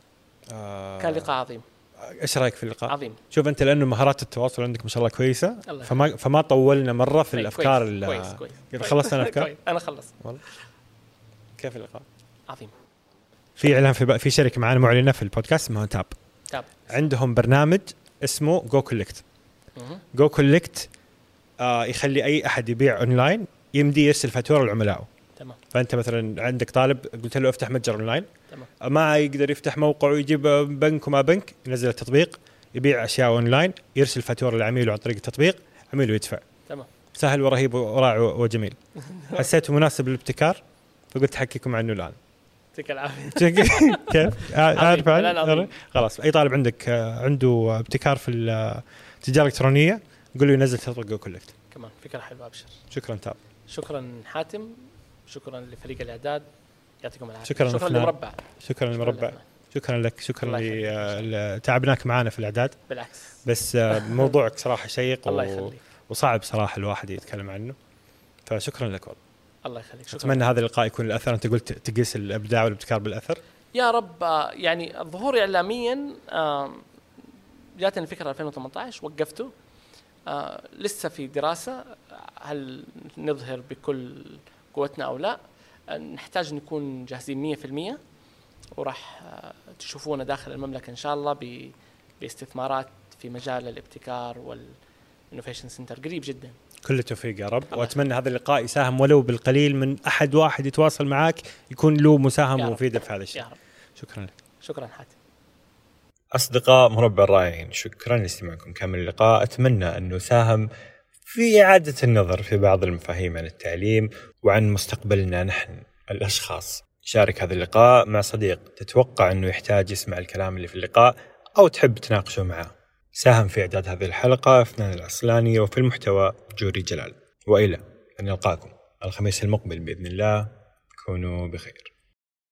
آه كان لقاء عظيم. ايش رايك في اللقاء؟ عظيم. شوف انت لانه مهارات التواصل عندك ما شاء الله كويسه، الله فما فما طولنا مره في كويس الافكار. كويس كويس كويس. خلصت انا افكار. انا خلصت والله. كيف اللقاء؟ عظيم. في اعلان في في شركه معنا معلنه في البودكاست اسمها تاب. تاب عندهم برنامج اسمه جو كولكت. جو كولكت آه يخلي اي احد يبيع اونلاين يمدي يرسل فاتوره لعملائه. تمام. فانت مثلا عندك طالب قلت له افتح متجر اونلاين، تمام، ما يقدر يفتح موقع ويجيب بنك وما بنك، ينزل التطبيق يبيع اشياء اونلاين، يرسل فاتوره لعميله عن طريق التطبيق، عميله يدفع. تمام. سهل ورهيب ورائع وجميل. حسيته مناسب للابتكار فقلت احكيكم عنه الان. يعطيك العافيه. كيف عارف؟ خلاص اي طالب عندك عنده ابتكار في التجاره الالكترونيه قول له ينزل تطبيق جو كولكت. كمان فكره حلوه. ابشر. شكرا تاب. شكرا حاتم، شكرا لفريق الاعداد، يعطيكم العافيه. شكرا, شكرا للمربع. شكرا للمربع. شكرا لك. شكرا لتعبناك معنا في الاعداد. بالعكس، بس موضوعك صراحه شيق الله يخليك، وصعب صراحه الواحد يتكلم عنه، فشكرا لك والله. الله يخليك. شكرا. اتمنى هذا اللقاء يكون الاثر. انت قلت تقيس الابداع والابتكار بالاثر. يا رب. يعني الظهور اعلاميا جاتني الفكره ألفين وثمانية عشر، وقفته لسه في دراسه هل نظهر بكل قوتنا او لا. نحتاج نكون جاهزين مية في المية، وراح تشوفونا داخل المملكه ان شاء الله باستثمارات في مجال الابتكار والانوفيشن سنتر قريب جدا. كل التوفيق يا رب. واتمنى هذا اللقاء يساهم ولو بالقليل من احد واحد يتواصل معك يكون له مساهمه مفيده في هذا الشيء. شكرا لك. شكرا حاتم. اصدقاء مربع الرائعين، شكرا لاستماعكم كامل اللقاء. اتمنى انه ساهم في اعاده النظر في بعض المفاهيم عن التعليم وعن مستقبلنا نحن الاشخاص. شارك هذا اللقاء مع صديق تتوقع انه يحتاج يسمع الكلام اللي في اللقاء او تحب تناقشه معه. ساهم في إعداد هذه الحلقة أفنان العصلاني، وفي المحتوى جوري جلال. وإلى أن نلقاكم الخميس المقبل بإذن الله، كونوا بخير.